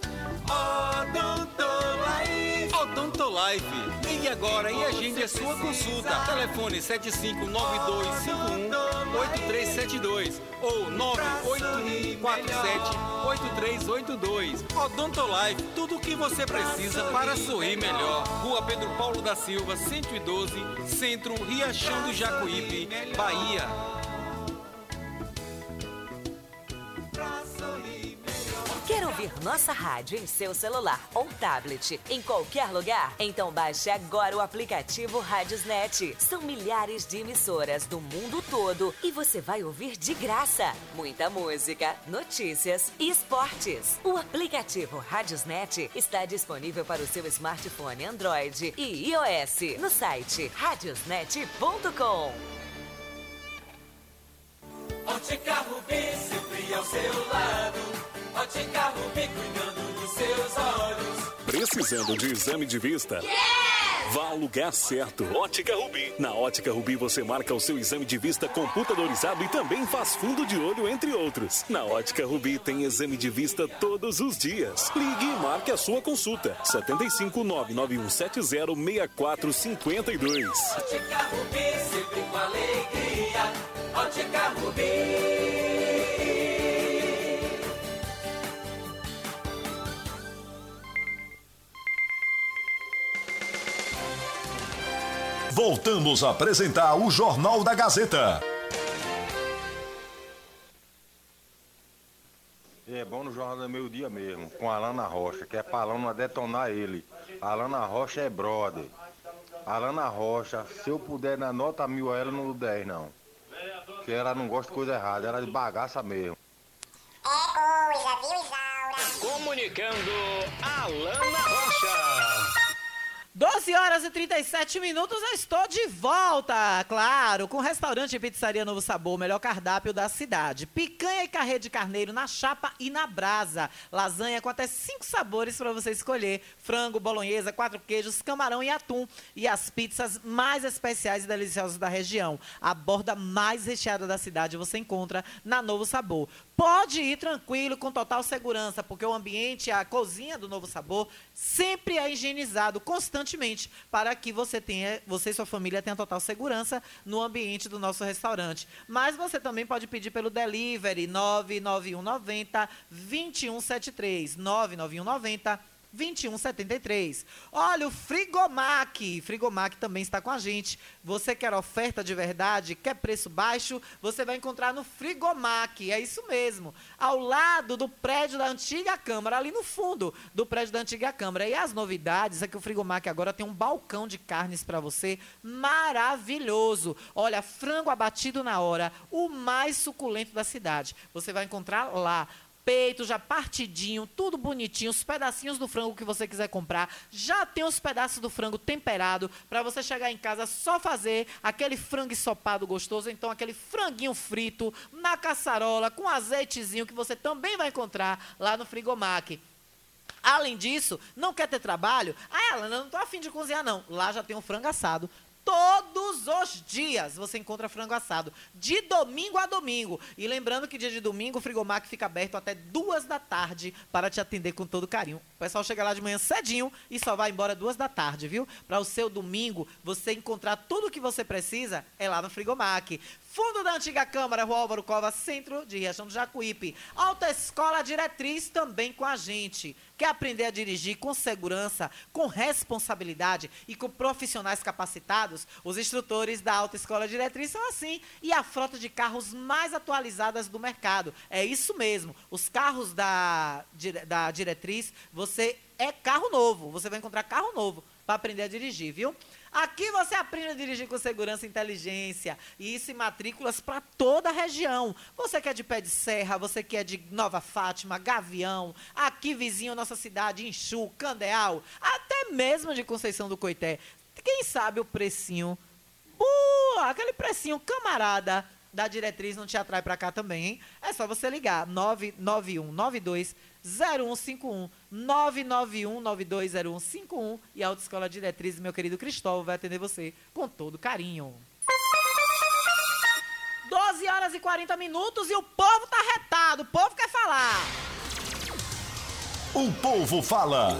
Odontolife. Odontolife. Ligue agora e agende a sua consulta. Telefone sete cinco nove dois cinco um oito três sete dois ou nove oito um quatro sete oito três oito dois. Odontolife, tudo o que você precisa para sorrir melhor. Rua Pedro Paulo da Silva, cento e doze, Centro, Riachão do Jacuípe, Bahia. Quer ouvir nossa rádio em seu celular ou tablet, em qualquer lugar? Então baixe agora o aplicativo Radiosnet. São milhares de emissoras do mundo todo e você vai ouvir de graça muita música, notícias e esportes. O aplicativo Radiosnet está disponível para o seu smartphone Android e iOS no site radiosnet ponto com. Ótica Rubi, sempre ao seu lado. Ótica Rubi, cuidando dos seus olhos. Precisando de exame de vista? Yeah! Vá ao lugar certo. Ótica Rubi. Na Ótica Rubi você marca o seu exame de vista computadorizado e também faz fundo de olho, entre outros. Na Ótica Rubi tem exame de vista todos os dias. Ligue e marque a sua consulta. sete cinco nove nove um sete zero seis quatro cinco dois. Ótica Rubi, sempre com alegria. Ótica Rubi. Voltamos a apresentar o Jornal da Gazeta. É bom no Jornal do Meio Dia mesmo, com a Alana Rocha, que é pra Alana detonar ele. A Alana Rocha é brother. A Alana Rocha, se eu puder dar nota mil a ela, não dou dez não. Porque ela não gosta de coisa errada, ela é de bagaça mesmo. É coisa, viu, Isaura? Comunicando Alana Rocha. doze horas e trinta e sete minutos, eu estou de volta, claro, com o restaurante e pizzaria Novo Sabor, o melhor cardápio da cidade. Picanha e carré de carneiro na chapa e na brasa. Lasanha com até cinco sabores para você escolher. Frango, bolonhesa, quatro queijos, camarão e atum. E as pizzas mais especiais e deliciosas da região. A borda mais recheada da cidade você encontra na Novo Sabor. Pode ir tranquilo, com total segurança, porque o ambiente, a cozinha do Novo Sabor sempre é higienizado constantemente para que você tenha, você e sua família tenham total segurança no ambiente do nosso restaurante. Mas você também pode pedir pelo delivery nove nove um nove zero dois um sete três, nove nove um nove zero vinte e um setenta e três. Olha, o Frigomac. Frigomac também está com a gente. Você quer oferta de verdade? Quer preço baixo? Você vai encontrar no Frigomac. É isso mesmo. Ao lado do prédio da antiga Câmara, ali no fundo do prédio da antiga Câmara. E as novidades é que o Frigomac agora tem um balcão de carnes para você maravilhoso. Olha, frango abatido na hora, o mais suculento da cidade. Você vai encontrar lá. Peito já partidinho, tudo bonitinho, os pedacinhos do frango que você quiser comprar. Já tem os pedaços do frango temperado para você chegar em casa só fazer aquele frango ensopado gostoso, então aquele franguinho frito na caçarola com azeitezinho que você também vai encontrar lá no Frigomac. Além disso, não quer ter trabalho? Ah, ela não tô afim de cozinhar não. Lá já tem um frango assado. Todos os dias você encontra frango assado, de domingo a domingo. E lembrando que dia de domingo o Frigomac fica aberto até duas da tarde para te atender com todo carinho. O pessoal chega lá de manhã cedinho e só vai embora duas da tarde, viu? Para o seu domingo você encontrar tudo o que você precisa é lá no Frigomac. Fundo da antiga Câmara, Rua Álvaro Cova, centro de Riachão do Jacuípe. Alta Escola Diretriz também com a gente. Quer aprender a dirigir com segurança, com responsabilidade e com profissionais capacitados? Os instrutores da Alta Escola Diretriz são assim. E a frota de carros mais atualizadas do mercado. É isso mesmo. Os carros da, da Diretriz, você é carro novo. Você vai encontrar carro novo para aprender a dirigir, viu? Aqui você aprende a dirigir com segurança e inteligência. E isso em matrículas para toda a região. Você que é de Pé de Serra, você que é de Nova Fátima, Gavião, aqui vizinho nossa cidade, Inchu, Candeal, até mesmo de Conceição do Coité. quem sabe o precinho, uh, aquele precinho camarada da diretriz não te atrai pra cá também, hein? É só você ligar, nove nove um nove dois zero um cinco um, nove nove um nove dois zero um cinco um, e a Autoescola Diretriz, meu querido Cristóvão, vai atender você com todo carinho. doze horas e quarenta minutos e o povo tá retado, o povo quer falar. O povo fala.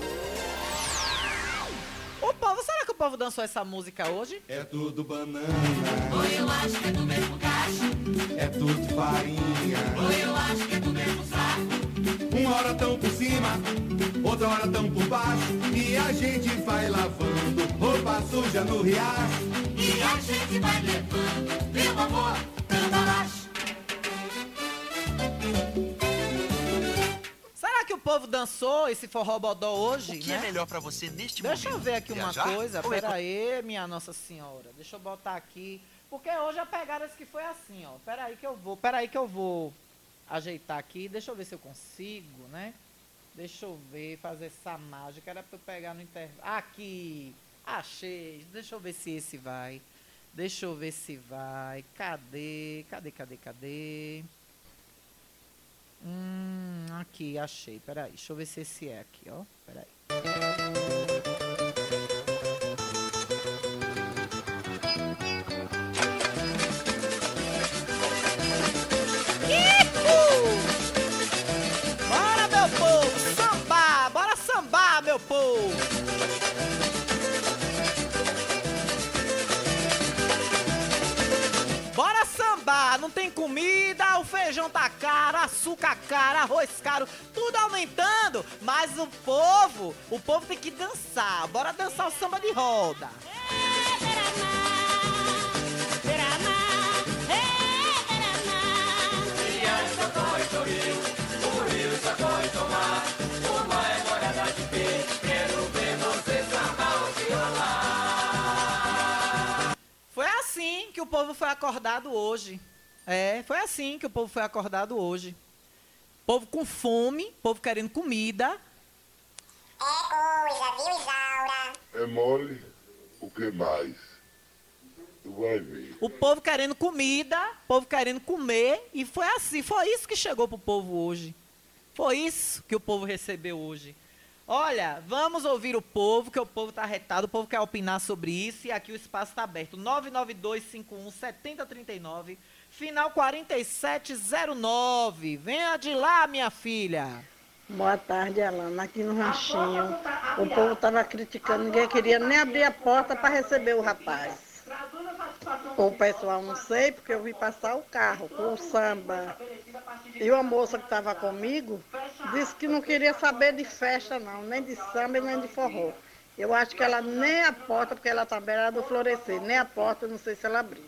O povo, será que o povo dançou essa música hoje? É tudo banana. Oi, eu acho que é do mesmo cacho. É tudo farinha. Oi, eu acho que é do mesmo saco. Uma hora tão por cima, outra hora tão por baixo. E a gente vai lavando roupa suja no riacho. E a gente vai levando, meu amor, cambalacho. Será que o povo dançou esse forró bodó hoje, O que né? é melhor pra você neste Deixa momento? eu ver aqui uma Viajar coisa, ou pera eco- aí, minha Nossa Senhora. Deixa eu botar aqui, porque hoje a pegada que foi assim, ó. Pera aí que eu vou, pera aí que eu vou ajeitar aqui. Deixa eu ver se eu consigo, né? Deixa eu ver, fazer essa mágica. Era pra eu pegar no intervalo. Aqui, achei. Deixa eu ver se esse vai. Deixa eu ver se vai. Cadê? Cadê, cadê, cadê? Hum, aqui, achei. Peraí, deixa eu ver se esse é aqui, ó. Peraí. Bora, meu povo! Sambar! Bora sambar, meu povo! Bora sambar! Não tem comida, o feijão tá caro, açúcar caro, arroz caro, tudo aumentando, mas o povo, o povo tem que dançar. Bora dançar o samba de roda. Criança corre pro rio, o rio só corre tomar. Uma é morada de peixe, quero ver você sambar o violar. Foi assim que o povo foi acordado hoje. É, foi assim que o povo foi acordado hoje. Povo com fome, povo querendo comida. É coisa, viu, Isaura? É mole, o que mais? Tu vai ver. O povo querendo comida, o povo querendo comer. E foi assim, foi isso que chegou pro povo hoje. Foi isso que o povo recebeu hoje. Olha, vamos ouvir o povo, que o povo tá retado, o povo quer opinar sobre isso. E aqui o espaço tá aberto. nove nove dois cinco um sete zero três nove, final quarenta e sete zero nove. Venha de lá, minha filha. Boa tarde, Alana. Aqui no Ranchinho, o povo estava criticando, ninguém queria nem abrir a porta para receber o rapaz. O pessoal, não sei, porque eu vi passar o carro com o samba. E uma moça que estava comigo disse que não queria saber de festa, não, nem de samba, nem de forró. Eu acho que ela nem a porta, porque ela também era do Florescer, nem a porta, não sei se ela abriu.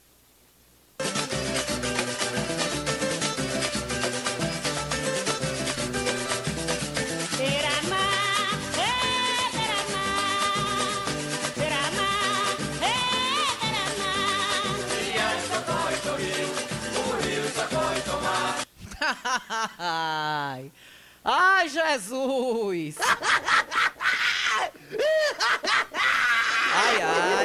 Criança corre pro rio, o rio só corre tomar. Ai, ai, Jesus! Ai, ai.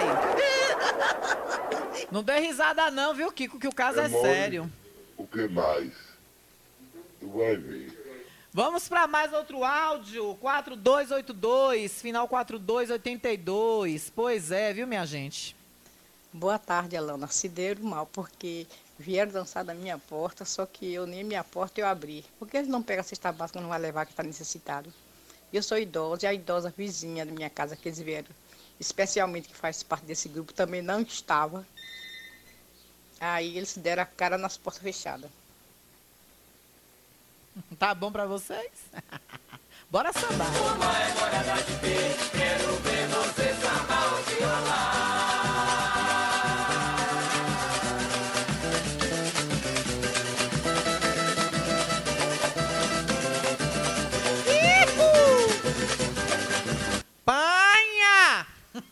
Não dê risada não, viu, Kiko, que o caso é, É mole. sério. O que mais? Tu vai ver. Vamos para mais outro áudio, quatro dois oito dois, final quatro dois oito dois. Pois é, viu, minha gente? Boa tarde, Alana. Se deram mal, porque vieram dançar da minha porta, só que eu nem minha porta eu abri. Por que eles não pegam a cesta básica e não vai levar que está necessitado? Eu sou idosa e a idosa vizinha da minha casa que eles vieram, especialmente que faz parte desse grupo, também não estava. Aí eles deram a cara nas portas fechadas. Tá bom pra vocês? Bora sambar. Uma é morada de peixe, quero ver você sambar o violar. Panha!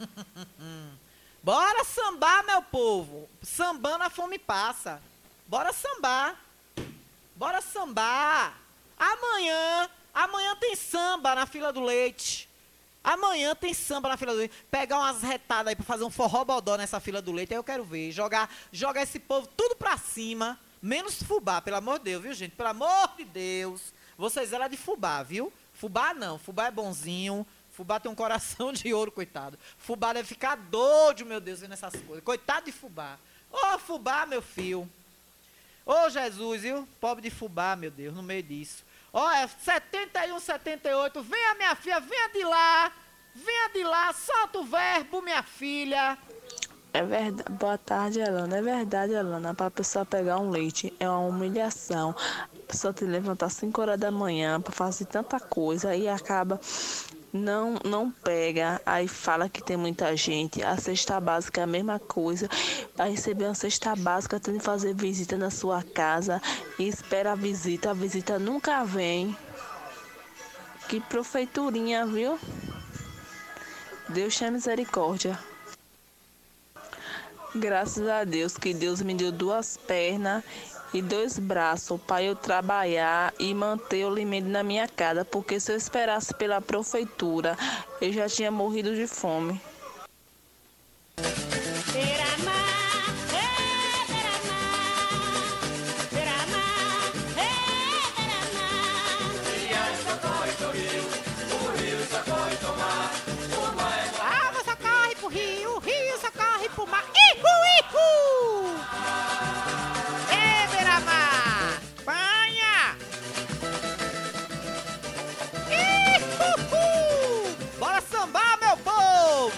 Bora sambar, meu povo. Sambando a fome passa. Bora sambar. Bora sambar. Amanhã, amanhã tem samba na fila do leite. Amanhã tem samba na fila do leite. Pegar umas retadas aí pra fazer um forró bodó nessa fila do leite, aí eu quero ver. Jogar, jogar esse povo tudo pra cima, menos fubá, pelo amor de Deus, viu, gente? Pelo amor de Deus. Vocês eram de fubá, viu? Fubá não, fubá é bonzinho. Fubá tem um coração de ouro, coitado. Fubá deve ficar doido, meu Deus, vendo essas coisas. Coitado de fubá. Ô, oh, fubá, meu filho. Ô, oh, Jesus, viu? Pobre de fubá, meu Deus, no meio disso. Ó, é setenta e um, setenta e oito. Venha, minha filha, venha de lá. Venha de lá, solta o verbo, minha filha. É verdade. Boa tarde, Alana. É verdade, Alana. Para a pessoa pegar um leite é uma humilhação. A pessoa tem que levantar cinco horas da manhã para fazer tanta coisa e acaba... Não, não pega, aí fala que tem muita gente. A cesta básica é a mesma coisa. Para receber uma cesta básica, tem que fazer visita na sua casa e espera a visita. A visita nunca vem. Que prefeiturinha, viu? Deus tenha misericórdia. Graças a Deus que Deus me deu duas pernas e dois braços para eu trabalhar e manter o alimento na minha casa, porque se eu esperasse pela prefeitura, eu já tinha morrido de fome. Ah, você corre pro rio, o rio só corre pro mar. Ihu, ihu! Bora sambar, meu povo!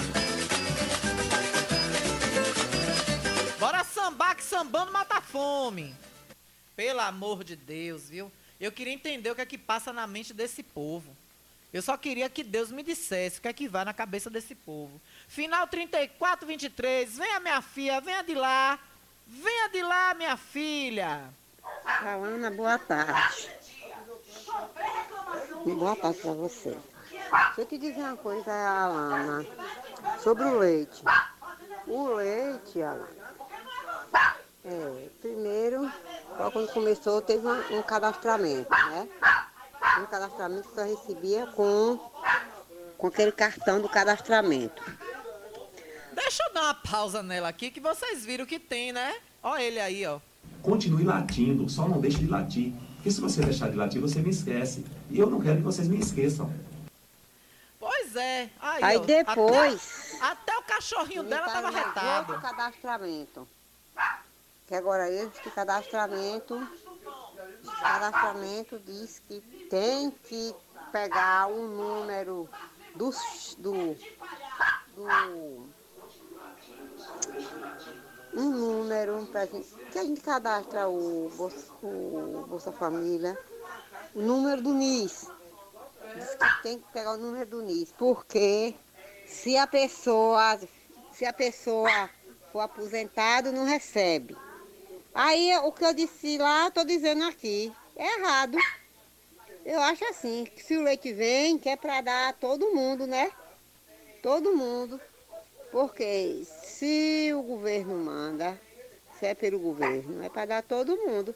Bora sambar, que sambando mata a fome. Pelo amor de Deus, viu? Eu queria entender o que é que passa na mente desse povo. Eu só queria que Deus me dissesse o que é que vai na cabeça desse povo. Final trinta e quatro, vinte e três. Venha, minha filha, venha de lá. Venha de lá, minha filha. Alana, boa tarde. Boa tarde para você. Deixa eu te dizer uma coisa, Alana, sobre o leite. O leite, Alana, é, primeiro, quando começou, teve um, um cadastramento, né? Um cadastramento que eu recebia com, com aquele cartão do cadastramento. Deixa eu dar uma pausa nela aqui, que vocês viram que tem, né? Ó ele aí, ó. Continue latindo, só não deixe de latir. Porque se você deixar de latir, você me esquece. E eu não quero que vocês me esqueçam. Pois é. Aí, Aí ó, depois... Até, até o cachorrinho dela tava retado. O cadastramento. Que agora este cadastramento... Esse cadastramento diz que tem que pegar o número do... do, do um número pra gente, que a gente cadastra o Bolsa, o Bolsa Família, o número do N I S. Diz que tem que pegar o número do N I S, porque se a pessoa, se a pessoa for aposentado, não recebe. Aí o que eu disse lá, estou dizendo aqui, é errado. Eu acho assim, que se o leite vem, que é para dar a todo mundo, né? Todo mundo. Porque se o governo manda, se é pelo governo, é para dar a todo mundo.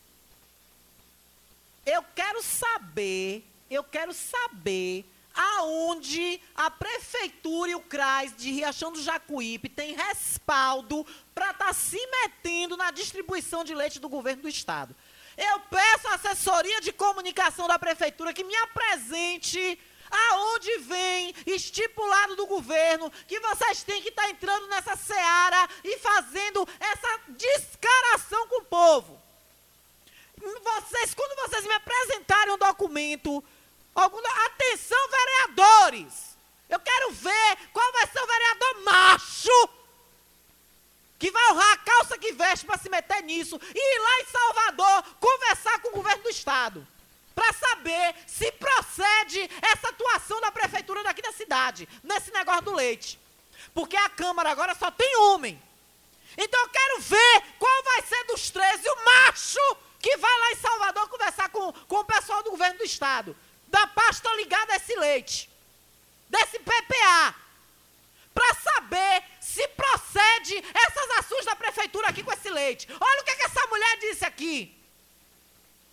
Eu quero saber, eu quero saber aonde a prefeitura e o CRAS de Riachão do Jacuípe tem respaldo para estar tá se metendo na distribuição de leite do governo do estado. Eu peço à assessoria de comunicação da prefeitura que me apresente aonde vem estipulado do governo que vocês têm que estar tá entrando nessa seara e fazendo essa descaração com o povo. Vocês, quando vocês me apresentarem um documento, alguma, atenção, vereadores, eu quero ver qual vai ser o vereador macho que vai honrar a calça que veste para se meter nisso e ir lá em Salvador conversar com o governo do estado para saber se procede essa atuação da prefeitura daqui da cidade, nesse negócio do leite. Porque a Câmara agora só tem homem. Então eu quero ver qual vai ser dos treze o macho que vai lá em Salvador conversar com, com o pessoal do governo do estado, da pasta ligada a esse leite, desse P P A, para saber se procede essas ações da prefeitura aqui com esse leite. Olha o que, é que essa mulher disse aqui.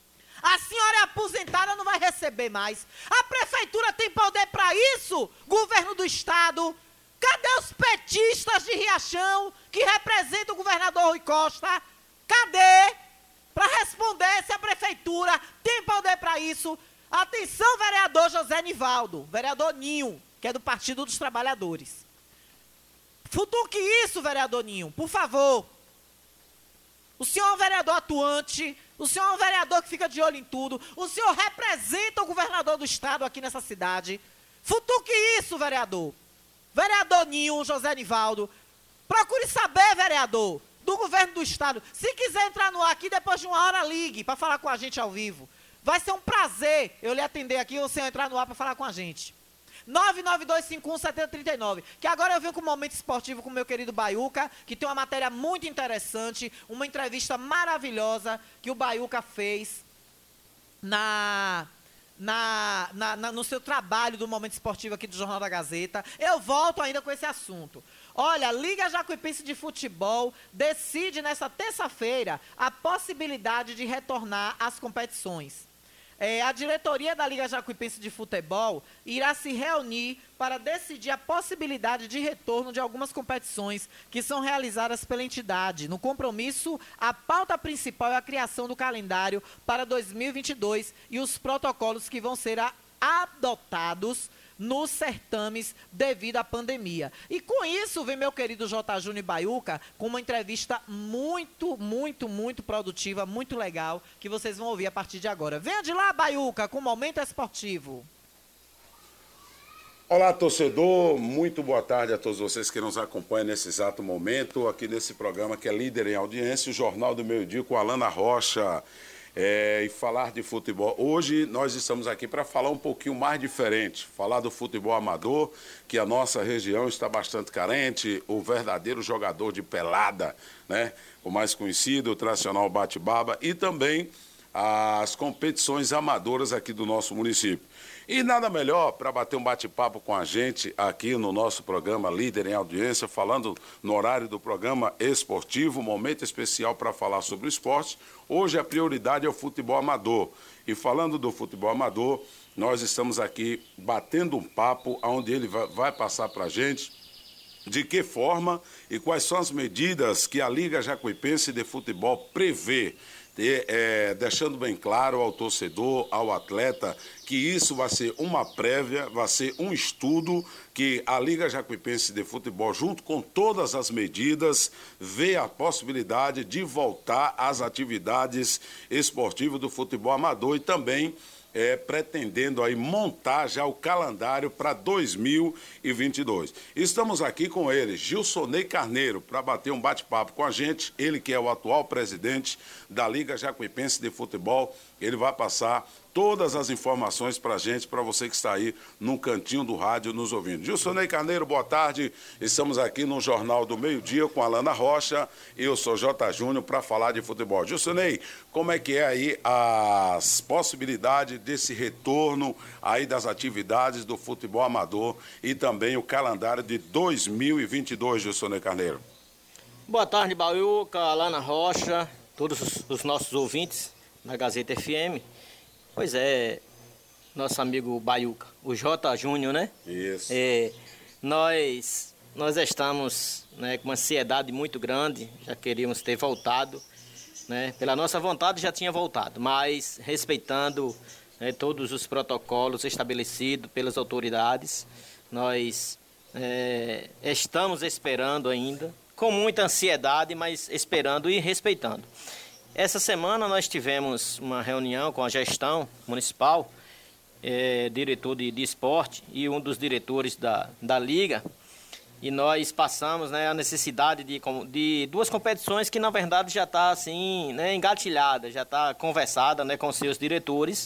A senhora é aposentada, não vai receber mais. A prefeitura tem poder para isso? Governo do estado? Cadê os petistas de Riachão que representam o governador Rui Costa? Cadê? Para responder se a prefeitura tem poder para isso. Atenção, vereador José Nivaldo, vereador Ninho, que é do Partido dos Trabalhadores. Futuque isso, vereador Ninho, por favor. O senhor é um vereador atuante, o senhor é um vereador que fica de olho em tudo, o senhor representa o governador do estado aqui nessa cidade. Futuque isso, vereador. Vereador Ninho, José Nivaldo, procure saber, vereador, do governo do estado. Se quiser entrar no ar aqui, depois de uma hora, ligue para falar com a gente ao vivo. Vai ser um prazer eu lhe atender aqui ou você entrar no ar para falar com a gente. nove nove dois cinco um sete zero três nove. Que agora eu venho com o Momento Esportivo com o meu querido Baiuca, que tem uma matéria muito interessante, uma entrevista maravilhosa que o Baiuca fez na, na, na, na, no seu trabalho do Momento Esportivo aqui do Jornal da Gazeta. Eu volto ainda com esse assunto. Olha, a Liga Jacuipense de Futebol decide nessa terça-feira a possibilidade de retornar às competições. É, a diretoria da Liga Jacuipense de Futebol irá se reunir para decidir a possibilidade de retorno de algumas competições que são realizadas pela entidade. No compromisso, a pauta principal é a criação do calendário para dois mil e vinte e dois e os protocolos que vão ser a, adotados nos certames devido à pandemia. E com isso vem meu querido J. Júnior Baiuca com uma entrevista muito, muito, muito produtiva, muito legal, que vocês vão ouvir a partir de agora. Venha de lá, Baiuca, com o Momento Esportivo. Olá, torcedor, muito boa tarde a todos vocês que nos acompanham nesse exato momento, aqui nesse programa que é líder em audiência, o Jornal do Meio Dia com a Alana Rocha. É, e falar de futebol. Hoje nós estamos aqui para falar um pouquinho mais diferente, falar do futebol amador, que a nossa região está bastante carente, o verdadeiro jogador de pelada, né? O mais conhecido, o tradicional bate-baba, e também as competições amadoras aqui do nosso município. E nada melhor para bater um bate-papo com a gente aqui no nosso programa Líder em Audiência, falando no horário do programa esportivo, momento especial para falar sobre o esporte. Hoje a prioridade é o futebol amador. E falando do futebol amador, nós estamos aqui batendo um papo onde ele vai passar para a gente de que forma e quais são as medidas que a Liga Jacuipense de Futebol prevê. E, é, deixando bem claro ao torcedor, ao atleta, que isso vai ser uma prévia, vai ser um estudo que a Liga Jacuipense de Futebol, junto com todas as medidas, vê a possibilidade de voltar às atividades esportivas do futebol amador e também É, pretendendo aí montar já o calendário para dois mil e vinte e dois. Estamos aqui com ele, Gilsonei Carneiro, para bater um bate-papo com a gente, ele que é o atual presidente da Liga Jacuipense de Futebol. Ele vai passar todas as informações para a gente, para você que está aí no cantinho do rádio nos ouvindo. Gilsonei Carneiro, boa tarde. Estamos aqui no Jornal do Meio Dia com a Alana Rocha e eu sou J. Júnior para falar de futebol. Gilsonei, como é que é aí as possibilidades desse retorno aí das atividades do futebol amador e também o calendário de dois mil e vinte e dois, Gilsonei Carneiro? Boa tarde, Baiuca, Alana Rocha, todos os, os nossos ouvintes na Gazeta F M. Pois é, nosso amigo Baiuca, o J. Júnior, né? Isso. É, nós, nós estamos, né, com uma ansiedade muito grande, já queríamos ter voltado, né? Pela nossa vontade já tinha voltado, mas respeitando, né, todos os protocolos estabelecidos pelas autoridades, nós é, estamos esperando ainda, com muita ansiedade, mas esperando e respeitando. Essa semana nós tivemos uma reunião com a gestão municipal, é, diretor de, de esporte e um dos diretores da, da Liga, e nós passamos, né, a necessidade de, de duas competições que na verdade já está assim, né, engatilhada, já está conversada, né, com seus diretores,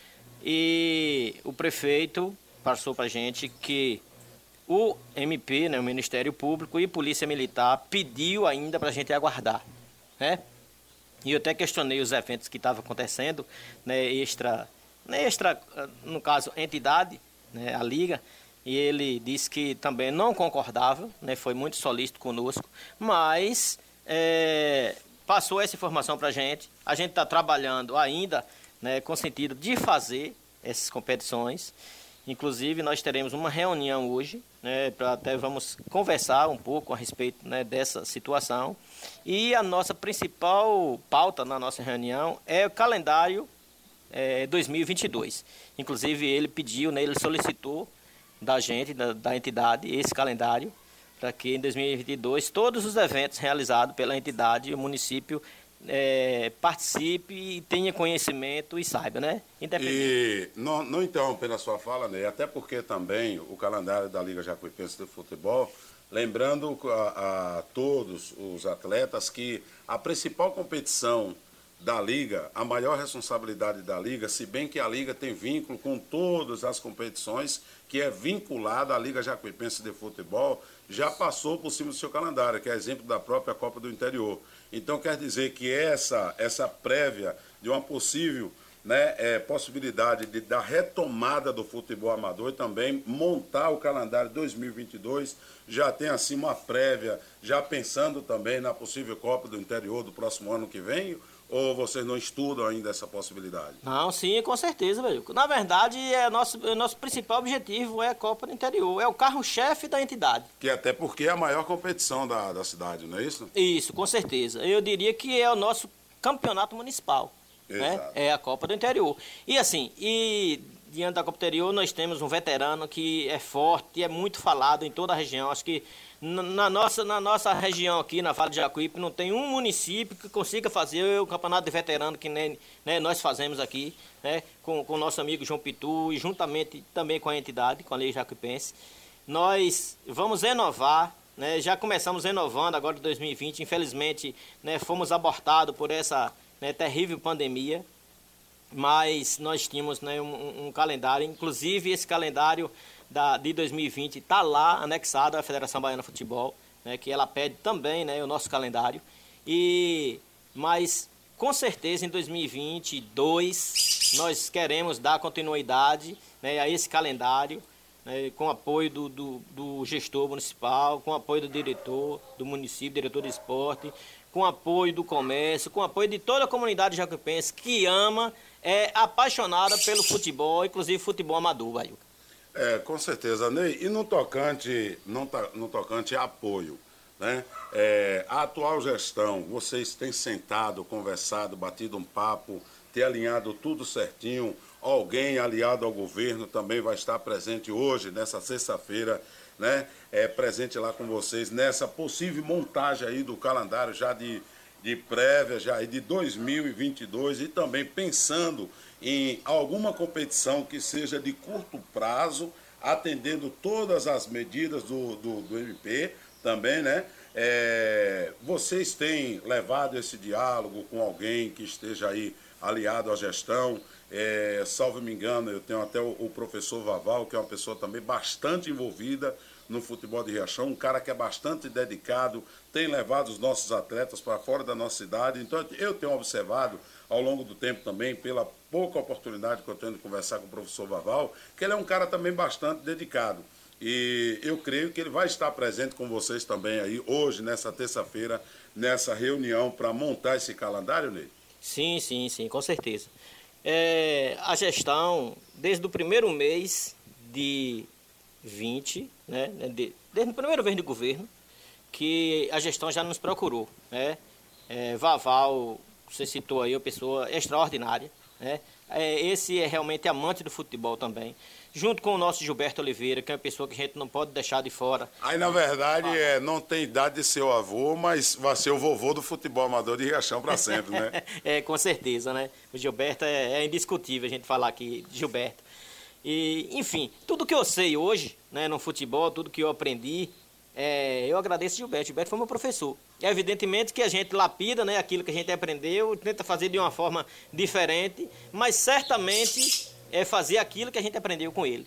e o prefeito passou para a gente que o M P, né, o Ministério Público e Polícia Militar pediu ainda para a gente aguardar, né? E eu até questionei os eventos que estavam acontecendo, né, extra, né, extra, no caso, entidade, né, a Liga, e ele disse que também não concordava, né, foi muito solícito conosco, mas é, passou essa informação para a gente. A gente está trabalhando ainda né, com sentido de fazer essas competições. Inclusive, nós teremos uma reunião hoje, né, para até vamos conversar um pouco a respeito, né, dessa situação. E a nossa principal pauta na nossa reunião é o calendário é, dois mil e vinte e dois. Inclusive, ele pediu, né, ele solicitou da gente, da, da entidade, esse calendário, para que em dois mil e vinte e dois todos os eventos realizados pela entidade, o município, É, participe e tenha conhecimento e saiba, né? E não, não interrompendo a sua fala, Ney, até porque também o calendário da Liga Jacuipense de Futebol, lembrando a, a todos os atletas que a principal competição da Liga, a maior responsabilidade da Liga, se bem que a Liga tem vínculo com todas as competições, que é vinculada à Liga Jacuipense de Futebol, já passou por cima do seu calendário, que é exemplo da própria Copa do Interior. Então, quer dizer que essa, essa prévia de uma possível, né, é, possibilidade de, da retomada do futebol amador e também montar o calendário dois mil e vinte e dois, já tem assim uma prévia, já pensando também na possível Copa do Interior do próximo ano que vem, ou vocês não estudam ainda essa possibilidade? Não, sim, com certeza, velho. Na verdade, é nosso, é nosso principal objetivo é a Copa do Interior, é o carro-chefe da entidade. Que até porque é a maior competição da, da cidade, não é isso? Isso, com certeza. Eu diria que é o nosso campeonato municipal, né? É a Copa do Interior. E assim, e diante da Copa do Interior nós temos um veterano que é forte e é muito falado em toda a região. Acho que na nossa, na nossa região aqui, na Vale de Jacuípe, não tem um município que consiga fazer o campeonato de veterano que nem, né, nós fazemos aqui, né, com o nosso amigo João Pitu e juntamente também com a entidade, com a Lei Jacuipense. Nós vamos renovar, né, já começamos renovando agora em dois mil e vinte, infelizmente, né, fomos abortados por essa, né, terrível pandemia, mas nós tínhamos, né, um, um calendário, inclusive esse calendário Da, de dois mil e vinte está lá anexado à Federação Baiana de Futebol, né, que ela pede também, né, o nosso calendário. E, mas, com certeza, em dois mil e vinte e dois, nós queremos dar continuidade, né, a esse calendário, né, com apoio do, do, do gestor municipal, com apoio do diretor do município, diretor de esporte, com apoio do comércio, com apoio de toda a comunidade jacuipense que ama, é apaixonada pelo futebol, inclusive futebol amador, velho. É, com certeza, Ney. E no tocante, no, no tocante a apoio, né? É, a atual gestão, vocês têm sentado, conversado, batido um papo, ter alinhado tudo certinho. Alguém aliado ao governo também vai estar presente hoje, nessa sexta-feira, né? É, presente lá com vocês, nessa possível montagem aí do calendário já de, de prévia, já aí de dois mil e vinte e dois, e também pensando em alguma competição que seja de curto prazo, atendendo todas as medidas do, do, do M P também, né? É, vocês têm levado esse diálogo com alguém que esteja aí aliado à gestão? É, salvo me engano, eu tenho até o, o professor Vaval, que é uma pessoa também bastante envolvida no futebol de Riachão, um cara que é bastante dedicado, tem levado os nossos atletas para fora da nossa cidade. Então, eu tenho observado ao longo do tempo também, pela pouca oportunidade que eu tenho de conversar com o professor Vaval, que ele é um cara também bastante dedicado. E eu creio que ele vai estar presente com vocês também aí hoje, nessa terça-feira, nessa reunião para montar esse calendário, Ney? Sim, sim, sim, com certeza. É, a gestão, desde o primeiro mês de vinte, né, de, desde o primeiro mês de governo, que a gestão já nos procurou, né? É, Vaval, você citou aí, uma pessoa extraordinária, né? É, esse é realmente amante do futebol também, junto com o nosso Gilberto Oliveira, que é uma pessoa que a gente não pode deixar de fora. Aí, na verdade, ah. é, não tem idade de ser o avô, mas vai ser o vovô do futebol amador de Riachão para sempre, né? É, com certeza, né? O Gilberto é, é indiscutível a gente falar aqui de Gilberto. E, enfim, tudo que eu sei hoje, né, no futebol, tudo que eu aprendi, é, eu agradeço Gilberto. Gilberto foi meu professor. É evidentemente que a gente lapida, né, aquilo que a gente aprendeu, tenta fazer de uma forma diferente, mas certamente é fazer aquilo que a gente aprendeu com ele.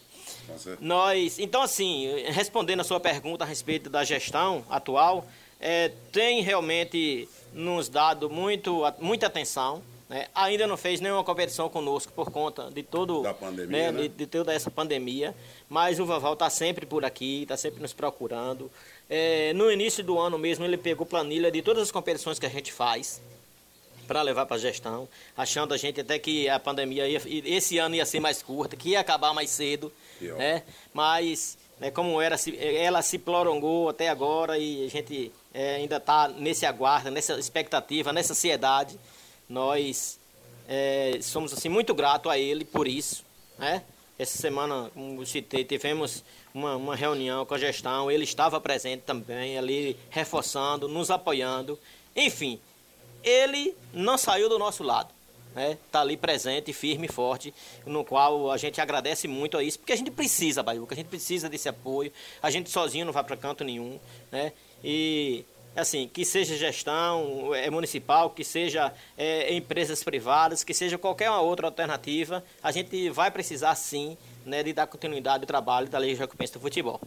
Nós, então, assim, respondendo a sua pergunta a respeito da gestão atual, é, tem realmente nos dado muito, muita atenção. Né? Ainda não fez nenhuma competição conosco por conta de todo da pandemia, né, né? de, de toda essa pandemia, mas o Vaval está sempre por aqui, está sempre nos procurando. É, no início do ano mesmo ele pegou planilha de todas as competições que a gente faz para levar para a gestão, achando a gente até que a pandemia ia, esse ano ia ser mais curta, que ia acabar mais cedo, né? Mas, né, como era, ela se prolongou até agora e a gente é, ainda está nesse aguardo, nessa expectativa, nessa ansiedade. Nós é, somos assim, muito gratos a ele por isso, né? Essa semana, como eu citei, tivemos uma, uma reunião com a gestão, ele estava presente também, ali reforçando, nos apoiando, enfim. Ele não saiu do nosso lado, né? Está ali presente, firme e forte, no qual a gente agradece muito a isso, porque a gente precisa, Baiuca, a gente precisa desse apoio, a gente sozinho não vai para canto nenhum, né? E, assim, que seja gestão é, municipal, que seja é, empresas privadas, que seja qualquer uma outra alternativa, a gente vai precisar, sim, né, de dar continuidade ao trabalho da Lei Jacuipense do Futebol.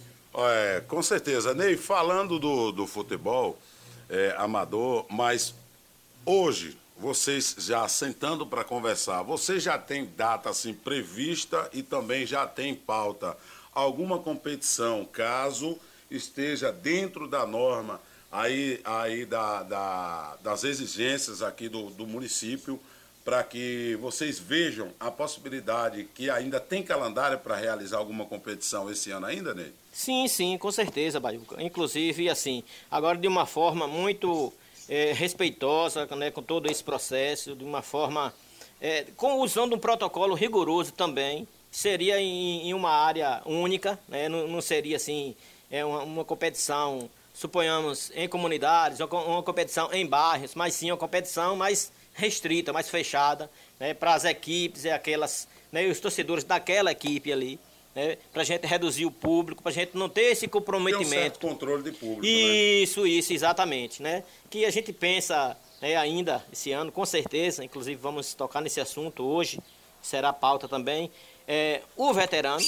É, com certeza. Ney, falando do, do futebol é, amador, mas hoje, vocês já sentando para conversar, vocês já têm data assim prevista e também já tem pauta alguma competição, caso esteja dentro da norma aí, aí da, da, das exigências aqui do, do município, para que vocês vejam a possibilidade que ainda tem calendário para realizar alguma competição esse ano ainda, Ney? Sim, sim, com certeza, Baiuca. Inclusive, assim, agora de uma forma muito é, respeitosa, né, com todo esse processo, de uma forma, é, com, usando um protocolo rigoroso também, seria em, em uma área única, né, não, não seria assim, é uma, uma competição, suponhamos, em comunidades, ou uma competição em bairros, mas sim uma competição mais restrita, mais fechada, né, para as equipes e aquelas, né, os torcedores daquela equipe ali. Né, para a gente reduzir o público, para a gente não ter esse comprometimento. Tem um certo controle de público, Isso, né? isso, exatamente. Né? Que a gente pensa, né, ainda esse ano, com certeza, inclusive vamos tocar nesse assunto hoje, será pauta também, é, o veterano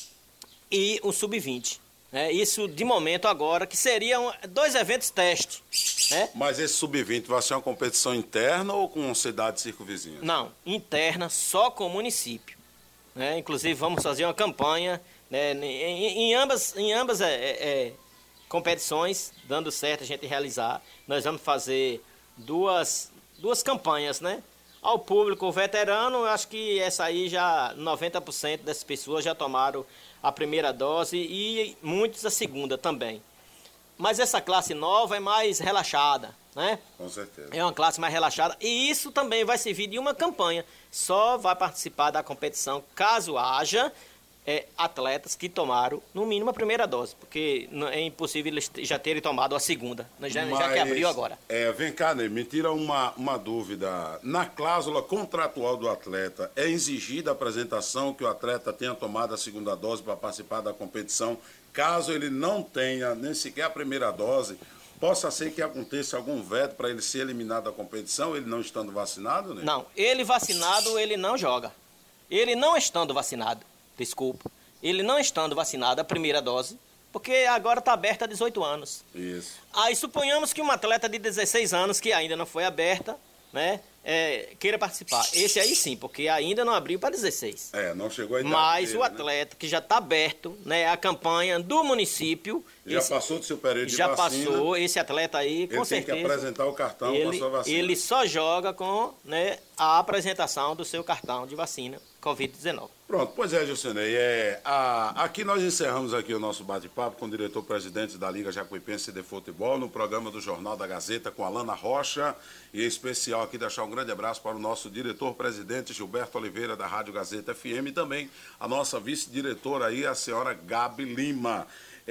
e o sub vinte. Né? Isso de momento agora, que seriam dois eventos teste. Né? Mas esse sub vinte vai ser uma competição interna ou com cidade circunvizinha? Não, interna só com o município. Né? Inclusive vamos fazer uma campanha, né, em, em ambas, em ambas é, é, competições, dando certo a gente realizar. Nós vamos fazer duas, duas campanhas, né? Ao público veterano, eu acho que essa aí já noventa por cento das pessoas já tomaram a primeira dose e muitos a segunda também. Mas essa classe nova é mais relaxada, né? Com certeza. É uma classe mais relaxada e isso também vai servir de uma campanha. Só vai participar da competição caso haja é, atletas que tomaram, no mínimo, a primeira dose, porque é impossível eles já terem tomado a segunda, já, Mas, já que abriu agora. É, vem cá, Ney, me tira uma, uma dúvida. Na cláusula contratual do atleta, é exigida a apresentação que o atleta tenha tomado a segunda dose para participar da competição, caso ele não tenha nem sequer a primeira dose? Possa ser que aconteça algum veto para ele ser eliminado da competição, ele não estando vacinado, né? Não, ele vacinado, ele não joga. Ele não estando vacinado, desculpa. Ele não estando vacinado, a primeira dose, porque agora está aberta a dezoito anos. Isso. Aí suponhamos que um atleta de dezesseis anos, que ainda não foi aberta, né, é, queira participar. Esse aí sim, porque ainda não abriu para dezesseis. É, não chegou a idade Mas dele, o atleta, né, que já está aberto, né, a campanha do município... Já esse, passou do seu período de já vacina. Já passou, esse atleta aí, com ele certeza... Ele tem que apresentar o cartão ele, com a sua vacina. Ele só joga com, né, a apresentação do seu cartão de vacina covid dezenove. Pronto, pois é, Gilcinei. É, a, aqui nós encerramos aqui o nosso bate-papo com o diretor-presidente da Liga Jacuipense de Futebol, no programa do Jornal da Gazeta com Alana Rocha, e em especial aqui deixar um grande abraço para o nosso diretor-presidente Gilberto Oliveira, da Rádio Gazeta F M, e também a nossa vice-diretora aí, a senhora Gabi Lima.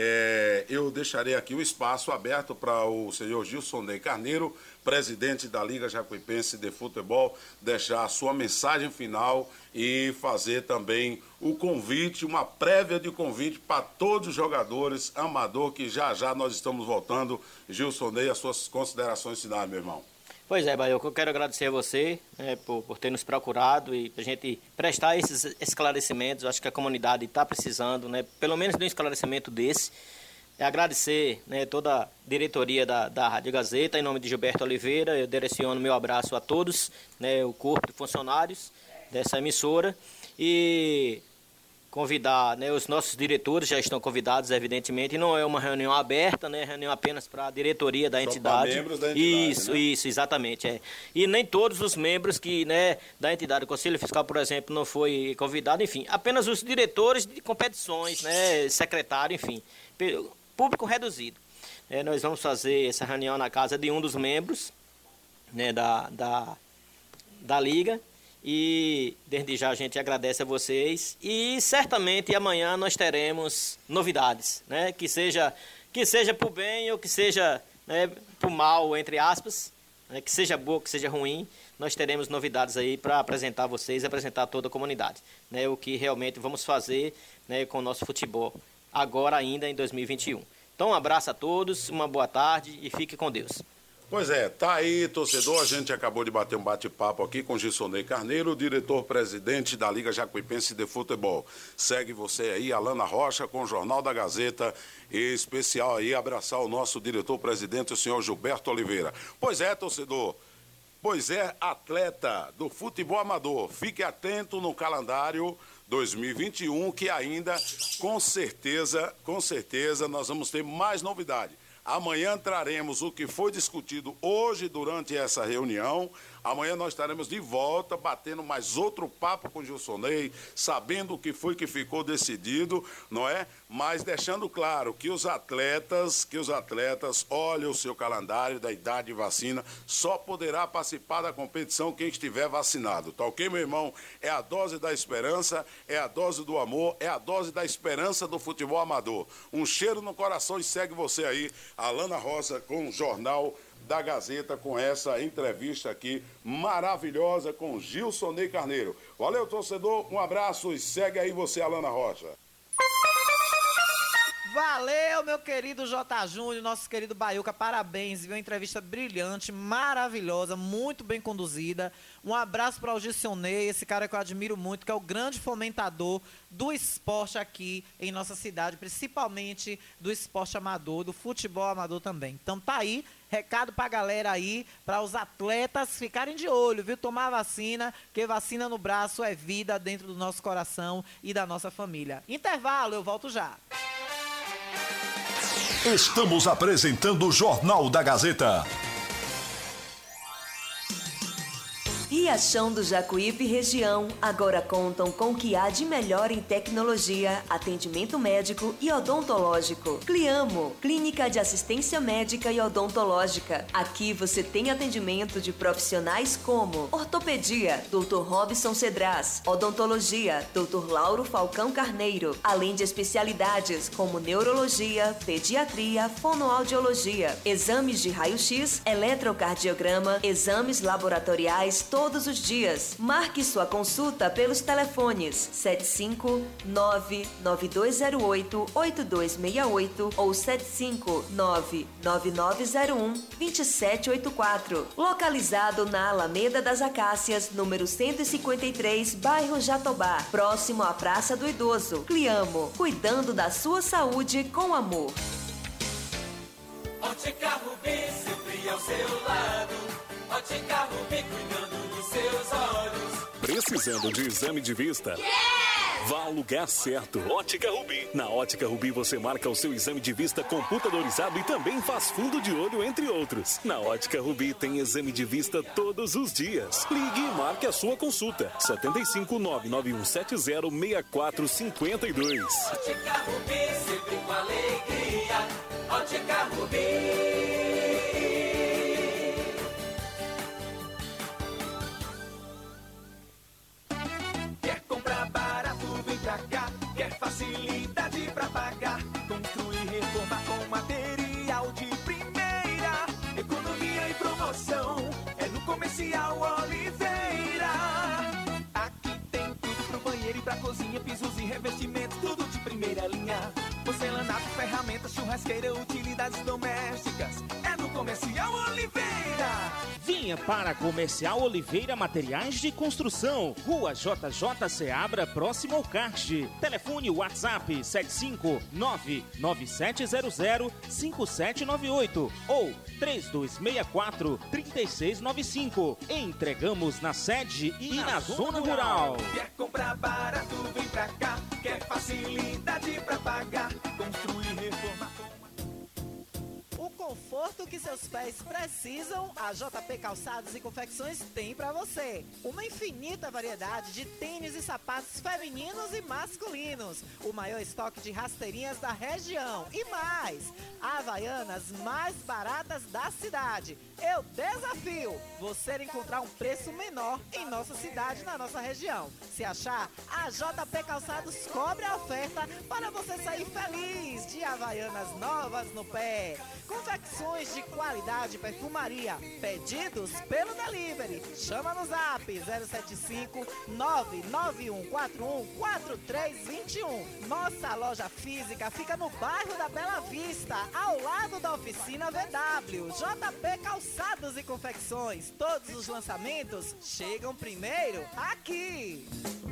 É, eu deixarei aqui o espaço aberto para o senhor Gilson Ney Carneiro, presidente da Liga Jacuipense de Futebol, deixar a sua mensagem final e fazer também o convite, uma prévia de convite para todos os jogadores amador, que já já nós estamos voltando. Gilson Ney, as suas considerações finais, meu irmão. Pois é, Baiuca, eu quero agradecer a você, né, por, por ter nos procurado e a gente prestar esses esclarecimentos. Eu acho que a comunidade está precisando, né, pelo menos de um esclarecimento desse. É agradecer, né, toda a diretoria da, da Rádio Gazeta, em nome de Gilberto Oliveira. Eu direciono meu abraço a todos, né, o corpo de funcionários dessa emissora. E convidar, né, os nossos diretores já estão convidados, evidentemente, e não é uma reunião aberta, né, reunião apenas para a diretoria da Só entidade. para membros da entidade, Isso, né? isso, exatamente. É. E nem todos os membros que, né, da entidade, o Conselho Fiscal, por exemplo, não foi convidado, enfim, apenas os diretores de competições, né, secretário, enfim, público reduzido. É, nós vamos fazer essa reunião na casa de um dos membros, né, da, da, da Liga. E desde já a gente agradece a vocês e certamente amanhã nós teremos novidades, né? Que seja, que seja para o bem ou que seja, né, para o mal, entre aspas, né? Que seja boa, que seja ruim, nós teremos novidades aí para apresentar a vocês e apresentar a toda a comunidade, né? O que realmente vamos fazer, né, com o nosso futebol agora ainda em dois mil e vinte e um. Então um abraço a todos, uma boa tarde e fique com Deus. Pois é, tá aí, torcedor, a gente acabou de bater um bate-papo aqui com Gilsonei Carneiro, diretor-presidente da Liga Jacuipense de Futebol. Segue você aí, Alana Rocha, com o Jornal da Gazeta, e especial aí, abraçar o nosso diretor-presidente, o senhor Gilberto Oliveira. Pois é, torcedor, pois é, atleta do futebol amador, fique atento no calendário dois mil e vinte e um, que ainda, com certeza, com certeza, nós vamos ter mais novidade. Amanhã traremos o que foi discutido hoje durante essa reunião. Amanhã nós estaremos de volta, batendo mais outro papo com o Gilsonei, sabendo o que foi que ficou decidido, não é? Mas deixando claro que os atletas, que os atletas olhem o seu calendário da idade de vacina, só poderá participar da competição quem estiver vacinado, tá ok, meu irmão? É a dose da esperança, é a dose do amor, é a dose da esperança do futebol amador. Um cheiro no coração e segue você aí, Alana Rocha, com o Jornal da Gazeta, com essa entrevista aqui maravilhosa com Gilsonei Carneiro. Valeu, torcedor, um abraço e segue aí você, Alana Rocha. Valeu, meu querido J. Júnior, nosso querido Baiuca, parabéns, viu? Uma entrevista brilhante, maravilhosa, muito bem conduzida. Um abraço para o Gilsonei, esse cara que eu admiro muito, que é o grande fomentador do esporte aqui em nossa cidade, principalmente do esporte amador, do futebol amador também. Então tá aí, recado pra galera aí, para os atletas ficarem de olho, viu? Tomar a vacina, porque vacina no braço é vida dentro do nosso coração e da nossa família. Intervalo, eu volto já. Estamos apresentando o Jornal da Gazeta. Riachão do Jacuípe e região agora contam com o que há de melhor em tecnologia, atendimento médico e odontológico. Cliamo, Clínica de Assistência Médica e Odontológica. Aqui você tem atendimento de profissionais como ortopedia, doutor Robson Cedras, odontologia, doutor Lauro Falcão Carneiro, além de especialidades como neurologia, pediatria, fonoaudiologia, exames de raio-x, eletrocardiograma, exames laboratoriais, todos os dias. Marque sua consulta pelos telefones sete cinco nove nove dois zero oito oito dois seis oito ou sete cinco nove nove nove zero um dois sete oito quatro. Localizado na Alameda das Acácias, número cento e cinquenta e três, bairro Jatobá, próximo à Praça do Idoso. Cliamo, cuidando da sua saúde com amor. Ótica Rubi, sempre ao seu lado. Ótica Rubi, cuidando dos seus olhos. Precisando de exame de vista? Yeah! Vá ao lugar certo. Ótica Rubi. Na Ótica Rubi você marca o seu exame de vista computadorizado e também faz fundo de olho, entre outros. Na Ótica Rubi tem exame de vista todos os dias. Ligue e marque a sua consulta. sete cinco nove nove um sete zero seis quatro cinco dois. Ótica Rubi, sempre com alegria. Ótica Rubi. Quer facilidade pra pagar, construir, reformar com material de primeira. Economia e promoção é no Comercial Oliveira. Aqui tem tudo pro banheiro e pra cozinha, pisos e revestimentos, tudo de primeira linha. Porcelanato, ferramentas, churrasqueira, utilidades domésticas, é no Comercial Oliveira. Vinha para Comercial Oliveira Materiais de Construção, Rua J J Seabra, próximo ao kart. Telefone WhatsApp sete cinco nove nove sete zero zero cinco sete nove oito ou três dois seis quatro três seis nove cinco. Entregamos na sede e na, na zona rural. Quer comprar barato, vem pra cá. quer facilidade pra pagar, construir, reformar. O conforto que seus pés precisam, a J P Calçados e Confecções tem pra você. Uma infinita variedade de tênis e sapatos femininos e masculinos. O maior estoque de rasteirinhas da região. E mais, Havaianas mais baratas da cidade. Eu desafio você a encontrar um preço menor em nossa cidade, na nossa região. Se achar, a J P Calçados cobre a oferta para você sair feliz de Havaianas novas no pé. Confecções de qualidade, perfumaria. Pedidos pelo delivery. Chama no zap zero sete cinco, nove nove um quatro um, quatro três dois um. Nossa loja física fica no bairro da Bela Vista, ao lado da oficina V W. J P Calçados e Confecções. Todos os lançamentos chegam primeiro aqui.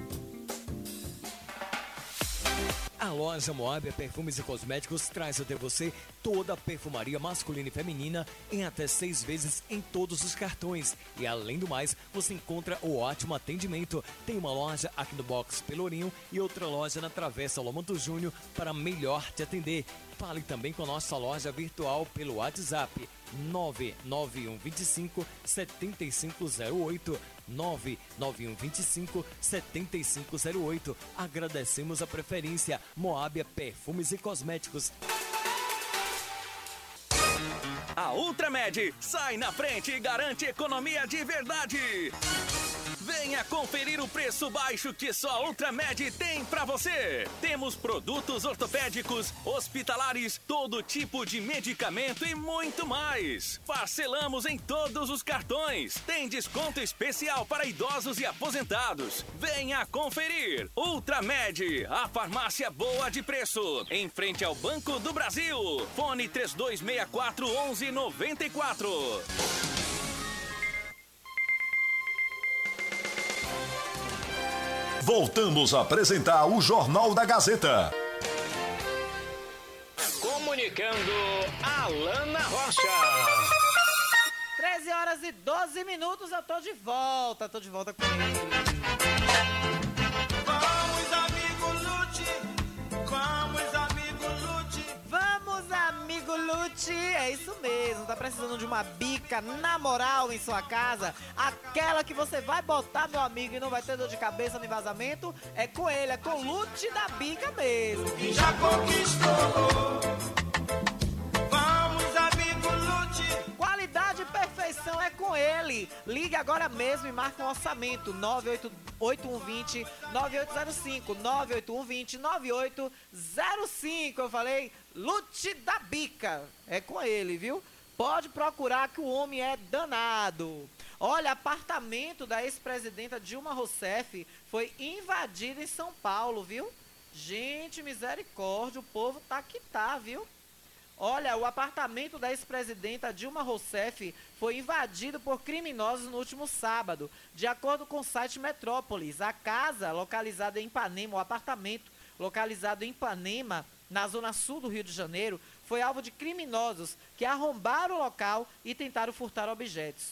A loja Moab Perfumes e Cosméticos traz até você toda a perfumaria masculina e feminina em até seis vezes em todos os cartões. E além do mais, você encontra o ótimo atendimento. Tem uma loja aqui no Box Pelourinho e outra loja na Travessa Lomanto Júnior para melhor te atender. Fale também com a nossa loja virtual pelo WhatsApp nove nove um dois cinco, sete cinco zero oito, nove nove um dois cinco, sete cinco zero oito. Agradecemos a preferência. Moab Perfumes e Cosméticos. A Ultramed sai na frente e garante economia de verdade. Venha conferir o preço baixo que só a Ultramed tem pra você. Temos produtos ortopédicos, hospitalares, todo tipo de medicamento e muito mais. Parcelamos em todos os cartões. Tem desconto especial para idosos e aposentados. Venha conferir. Ultramed, a farmácia boa de preço. Em frente ao Banco do Brasil. Fone três dois seis quatro, onze noventa e quatro. Voltamos a apresentar o Jornal da Gazeta. Comunicando Alana Rocha. treze horas e doze minutos, eu tô de volta, tô de volta com ele. Vamos, amigo Lute, vamos, amigo Lute. Vamos, amigo Lute, é isso mesmo, tá precisando de uma bica na moral em sua casa? Aquela que você vai botar, meu amigo, e não vai ter dor de cabeça nem vazamento? É com ele, é com o Lute da bica mesmo. E já conquistou. Vamos, amigo Lute. Qualidade e perfeição é com ele. Ligue agora mesmo e marque um orçamento. nove oito um dois zero, nove oito zero cinco, nove oito um dois zero, nove oito zero cinco. Eu falei Lute da bica. É com ele, viu? Pode procurar que o homem é danado. Olha, apartamento da ex-presidenta Dilma Rousseff foi invadido em São Paulo, viu? Gente, misericórdia, o povo tá que tá, viu? Olha, o apartamento da ex-presidenta Dilma Rousseff foi invadido por criminosos no último sábado. De acordo com o site Metrópolis, a casa localizada em Ipanema, o apartamento localizado em Ipanema, na zona sul do Rio de Janeiro, foi alvo de criminosos que arrombaram o local e tentaram furtar objetos.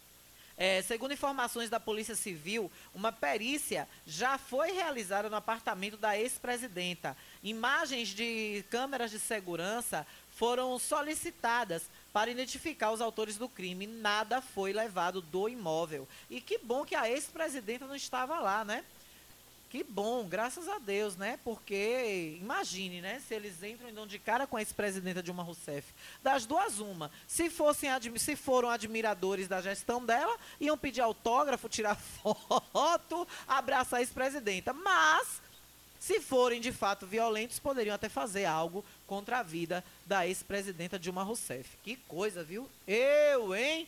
É, segundo informações da Polícia Civil, uma perícia já foi realizada no apartamento da ex-presidenta. Imagens de câmeras de segurança foram solicitadas para identificar os autores do crime. Nada foi levado do imóvel. E que bom que a ex-presidenta não estava lá, né? Que bom, graças a Deus, né? Porque, imagine, né? Se eles entram e dão de cara com a ex-presidenta Dilma Rousseff. Das duas, uma. Se, fossem, se foram admiradores da gestão dela, iam pedir autógrafo, tirar foto, abraçar a ex-presidenta. Mas, se forem de fato violentos, poderiam até fazer algo contra a vida da ex-presidenta Dilma Rousseff. Que coisa, viu? Eu, hein?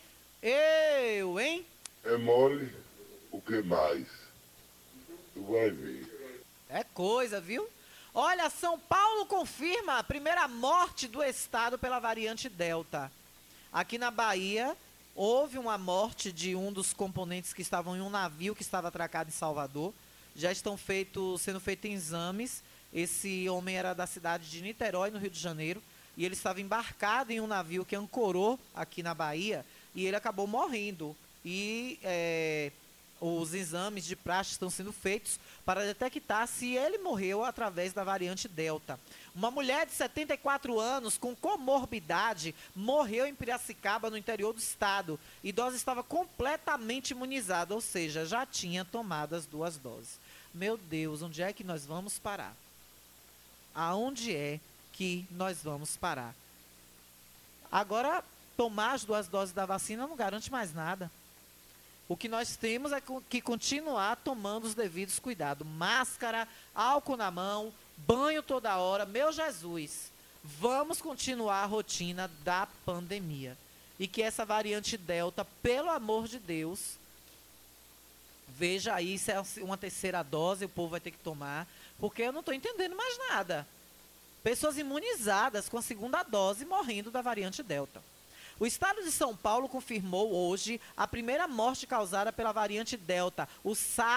Eu, hein? É mole, o que mais? Tu vai ver. É coisa, viu? Olha, São Paulo confirma a primeira morte do estado pela variante Delta. Aqui na Bahia, houve uma morte de um dos componentes que estavam em um navio que estava atracado em Salvador. Já estão feito, sendo feitos exames. Esse homem era da cidade de Niterói, no Rio de Janeiro, e ele estava embarcado em um navio que ancorou aqui na Bahia, e ele acabou morrendo. E... É, os exames de praxe estão sendo feitos para detectar se ele morreu através da variante Delta. Uma mulher de setenta e quatro anos com comorbidade morreu em Piracicaba, no interior do estado. A idosa estava completamente imunizada, ou seja, já tinha tomado as duas doses. Meu Deus, onde é que nós vamos parar? Aonde é que nós vamos parar? Agora, tomar as duas doses da vacina não garante mais nada. O que nós temos é que continuar tomando os devidos cuidados. Máscara, álcool na mão, banho toda hora. Meu Jesus, vamos continuar a rotina da pandemia. E que essa variante Delta, pelo amor de Deus, veja aí se é uma terceira dose, o povo vai ter que tomar, porque eu não estou entendendo mais nada. Pessoas imunizadas com a segunda dose morrendo da variante Delta. O estado de São Paulo confirmou hoje a primeira morte causada pela variante Delta, o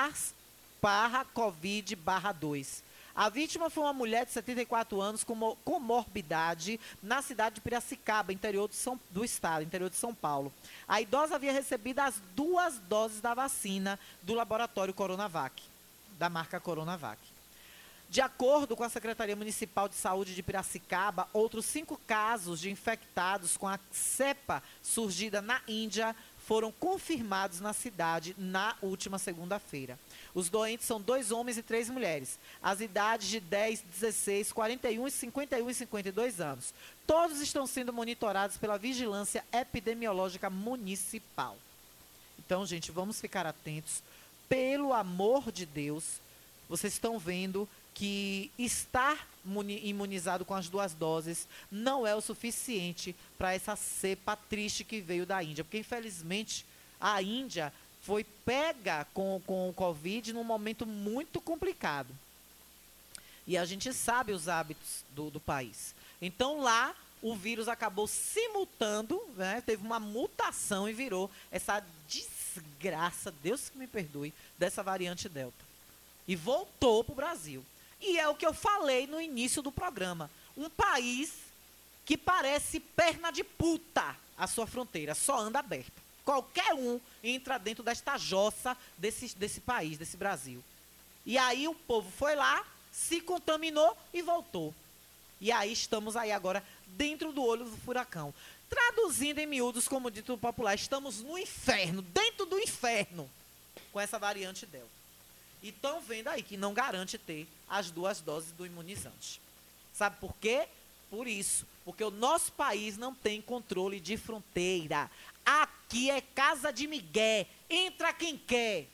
SARS-CoV dois. A vítima foi uma mulher de setenta e quatro anos com comorbidade na cidade de Piracicaba, interior do, São, do estado, interior de São Paulo. A idosa havia recebido as duas doses da vacina do laboratório Coronavac, da marca Coronavac. De acordo com a Secretaria Municipal de Saúde de Piracicaba, outros cinco casos de infectados com a cepa surgida na Índia foram confirmados na cidade na última segunda-feira. Os doentes são dois homens e três mulheres. As idades de dez, dezesseis, quarenta e um, cinquenta e um e cinquenta e dois anos. Todos estão sendo monitorados pela Vigilância Epidemiológica Municipal. Então, gente, vamos ficar atentos. Pelo amor de Deus, vocês estão vendo que estar imunizado com as duas doses não é o suficiente para essa cepa triste que veio da Índia. Porque, infelizmente, a Índia foi pega com, com o Covid num momento muito complicado. E a gente sabe os hábitos do, do país. Então, lá, o vírus acabou se mutando, né? Teve uma mutação e virou essa desgraça, Deus que me perdoe, dessa variante Delta. E voltou para o Brasil. E é o que eu falei no início do programa. Um país que parece perna de puta a sua fronteira, só anda aberta. Qualquer um entra dentro desta jossa desse, desse país, desse Brasil. E aí o povo foi lá, se contaminou e voltou. E aí estamos aí agora dentro do olho do furacão. Traduzindo em miúdos, como dito popular, estamos no inferno, dentro do inferno, com essa variante Delta. E estão vendo aí que não garante ter as duas doses do imunizante. Sabe por quê? Por isso. Porque o nosso país não tem controle de fronteira. Aqui é casa de migué. Entra quem quer.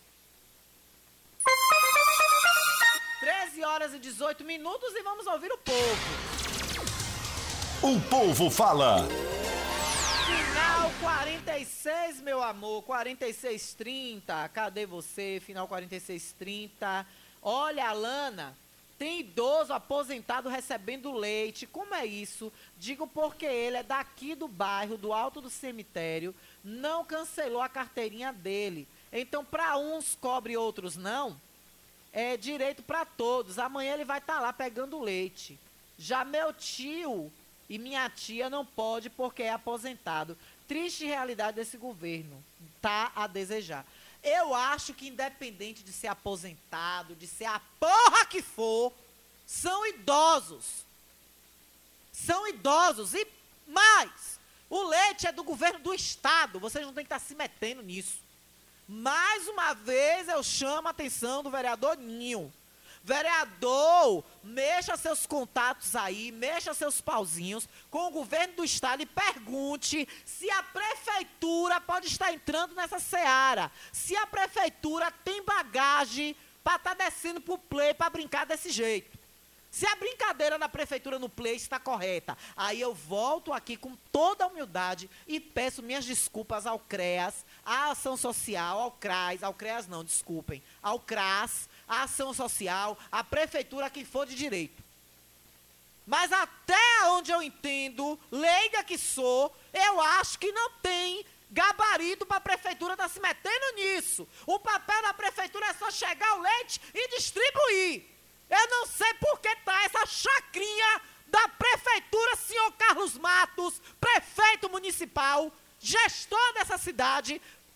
treze horas e dezoito minutos e vamos ouvir o povo. O povo fala. Final quarenta e seis, meu amor, quarenta e seis trinta, cadê você? Final quarenta e seis trinta. Olha, Alana, tem idoso aposentado recebendo leite. Como é isso? Digo porque ele é daqui do bairro, do Alto do Cemitério, não cancelou a carteirinha dele. Então, para uns cobre, outros não. É direito para todos. Amanhã ele vai estar lá pegando leite. Já meu tio e minha tia não pode porque é aposentado. Triste realidade desse governo. Tá a desejar. Eu acho que independente de ser aposentado, de ser a porra que for, são idosos. São idosos. E mais, o leite é do governo do estado. Vocês não têm que estar se metendo nisso. Mais uma vez eu chamo a atenção do vereador Ninho. Vereador, mexa seus contatos aí, mexa seus pauzinhos com o governo do estado e pergunte se a prefeitura pode estar entrando nessa seara. Se a prefeitura tem bagagem para estar tá descendo pro play para brincar desse jeito. Se a brincadeira da prefeitura no play está correta, aí eu volto aqui com toda a humildade e peço minhas desculpas ao CREAS, à Ação Social, ao CRAS, ao CREAS não, desculpem, ao CRAS, à Ação Social, à prefeitura, quem for de direito. Mas até onde eu entendo, leiga que sou, eu acho que não tem gabarito para a prefeitura estar tá se metendo nisso. O papel da prefeitura é só chegar o leite e distribuir. Eu não sei por que tá essa chacrinha da prefeitura, senhor Carlos Matos, prefeito municipal, gestor dessa cidade,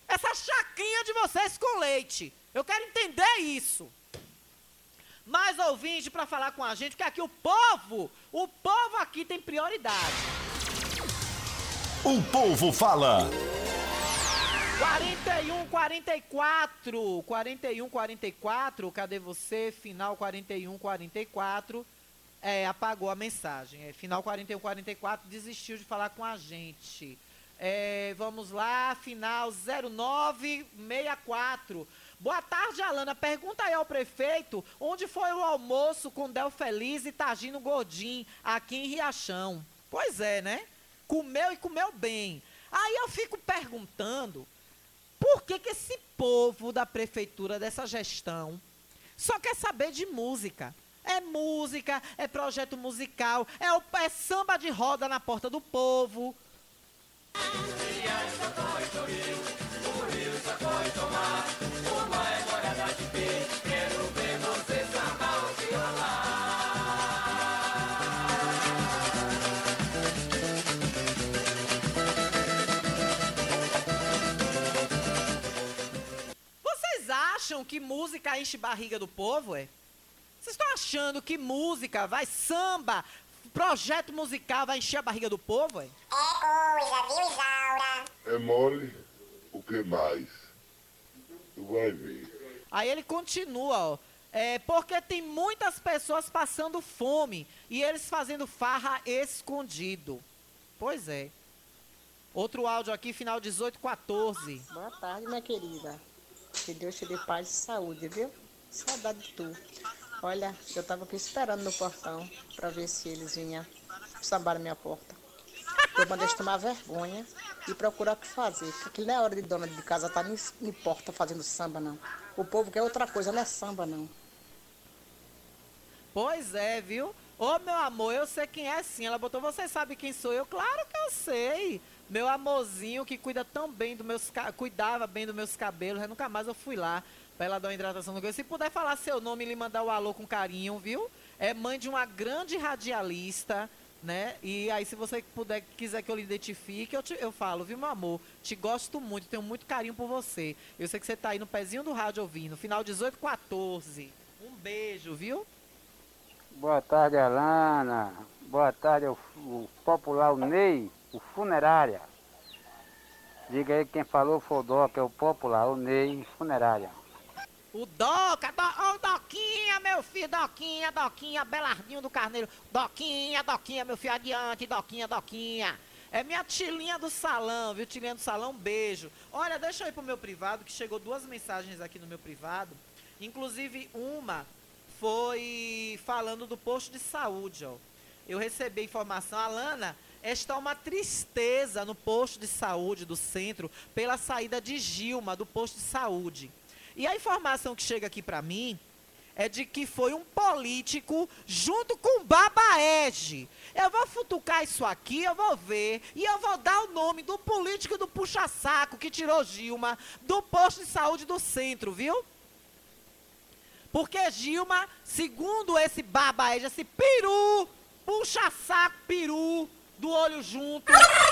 Essa chacrinha de vocês com leite. Eu quero entender isso. Mais ouvinte para falar com a gente, porque aqui o povo, o povo aqui tem prioridade. O povo fala. quarenta e um, quarenta e quatro. quarenta e um, quarenta e quatro. Cadê você? Final quarenta e um, quarenta e quatro. É, apagou a mensagem. É, final quarenta e um, quarenta e quatro, desistiu de falar com a gente. É, vamos lá, final zero nove seis quatro. Boa tarde, Alana. Pergunta aí ao prefeito onde foi o almoço com Del Feliz e Tagino Godin aqui em Riachão. Pois é, né? Comeu e comeu bem. Aí eu fico perguntando por que que esse povo da prefeitura, dessa gestão, só quer saber de música. É música, é projeto musical, é, o, é samba de roda na porta do povo. Vocês acham que música enche barriga do povo, é? Vocês estão achando que música, vai samba, projeto musical vai encher a barriga do povo, é? É coisa, viu, Isaura? É mole, o que mais? Tu vai ver. Aí ele continua, ó. É porque tem muitas pessoas passando fome e eles fazendo farra escondido. Pois é. Outro áudio aqui, final dezoito quatorze. Boa tarde, minha querida. Que Deus te dê paz e saúde, viu? Saudade de tu. Olha, eu tava aqui esperando no portão pra ver se eles vinham sambar na minha porta. Eu mandei eles tomar vergonha e procurar o que fazer. Porque não é hora de dona de casa estar tá em porta fazendo samba, não. O povo quer outra coisa, não é samba, não. Pois é, viu? Ô, meu amor, eu sei quem é sim. Ela botou, você sabe quem sou eu? Claro que eu sei. Meu amorzinho que cuida tão bem dos meus... Cuidava bem dos meus cabelos. Eu nunca mais eu fui lá pra ela dar uma hidratação no cabelo. Se puder falar seu nome e lhe mandar o alô com carinho, viu? É mãe de uma grande radialista, né? E aí, se você puder, quiser que eu lhe identifique, eu, te, eu falo, viu, meu amor? Te gosto muito, tenho muito carinho por você. Eu sei que você tá aí no pezinho do rádio ouvindo. Final dezoito quatorze. Um beijo, viu? Boa tarde, Alana. Boa tarde, o, o popular o Ney, o Funerária. Diga aí quem falou foi o Doc, é o popular, o Ney, Funerária. O Doca, do, oh, Doquinha, meu filho, Doquinha, Doquinha, Belardinho do Carneiro. Doquinha, Doquinha, meu filho, adiante, Doquinha, Doquinha. É minha tilinha do salão, viu, tilinha do salão, um beijo. Olha, deixa eu ir pro meu privado, que chegou duas mensagens aqui no meu privado. Inclusive, uma foi falando do posto de saúde, ó. Eu recebi informação, Alana, está uma tristeza no posto de saúde do centro pela saída de Gilma do posto de saúde. E a informação que chega aqui para mim é de que foi um político junto com o Babaege. Eu vou futucar isso aqui, eu vou ver, e eu vou dar o nome do político do puxa-saco que tirou Gilma do posto de saúde do centro, viu? Porque Gilma, segundo esse Babaege, esse peru, puxa-saco peru do olho junto.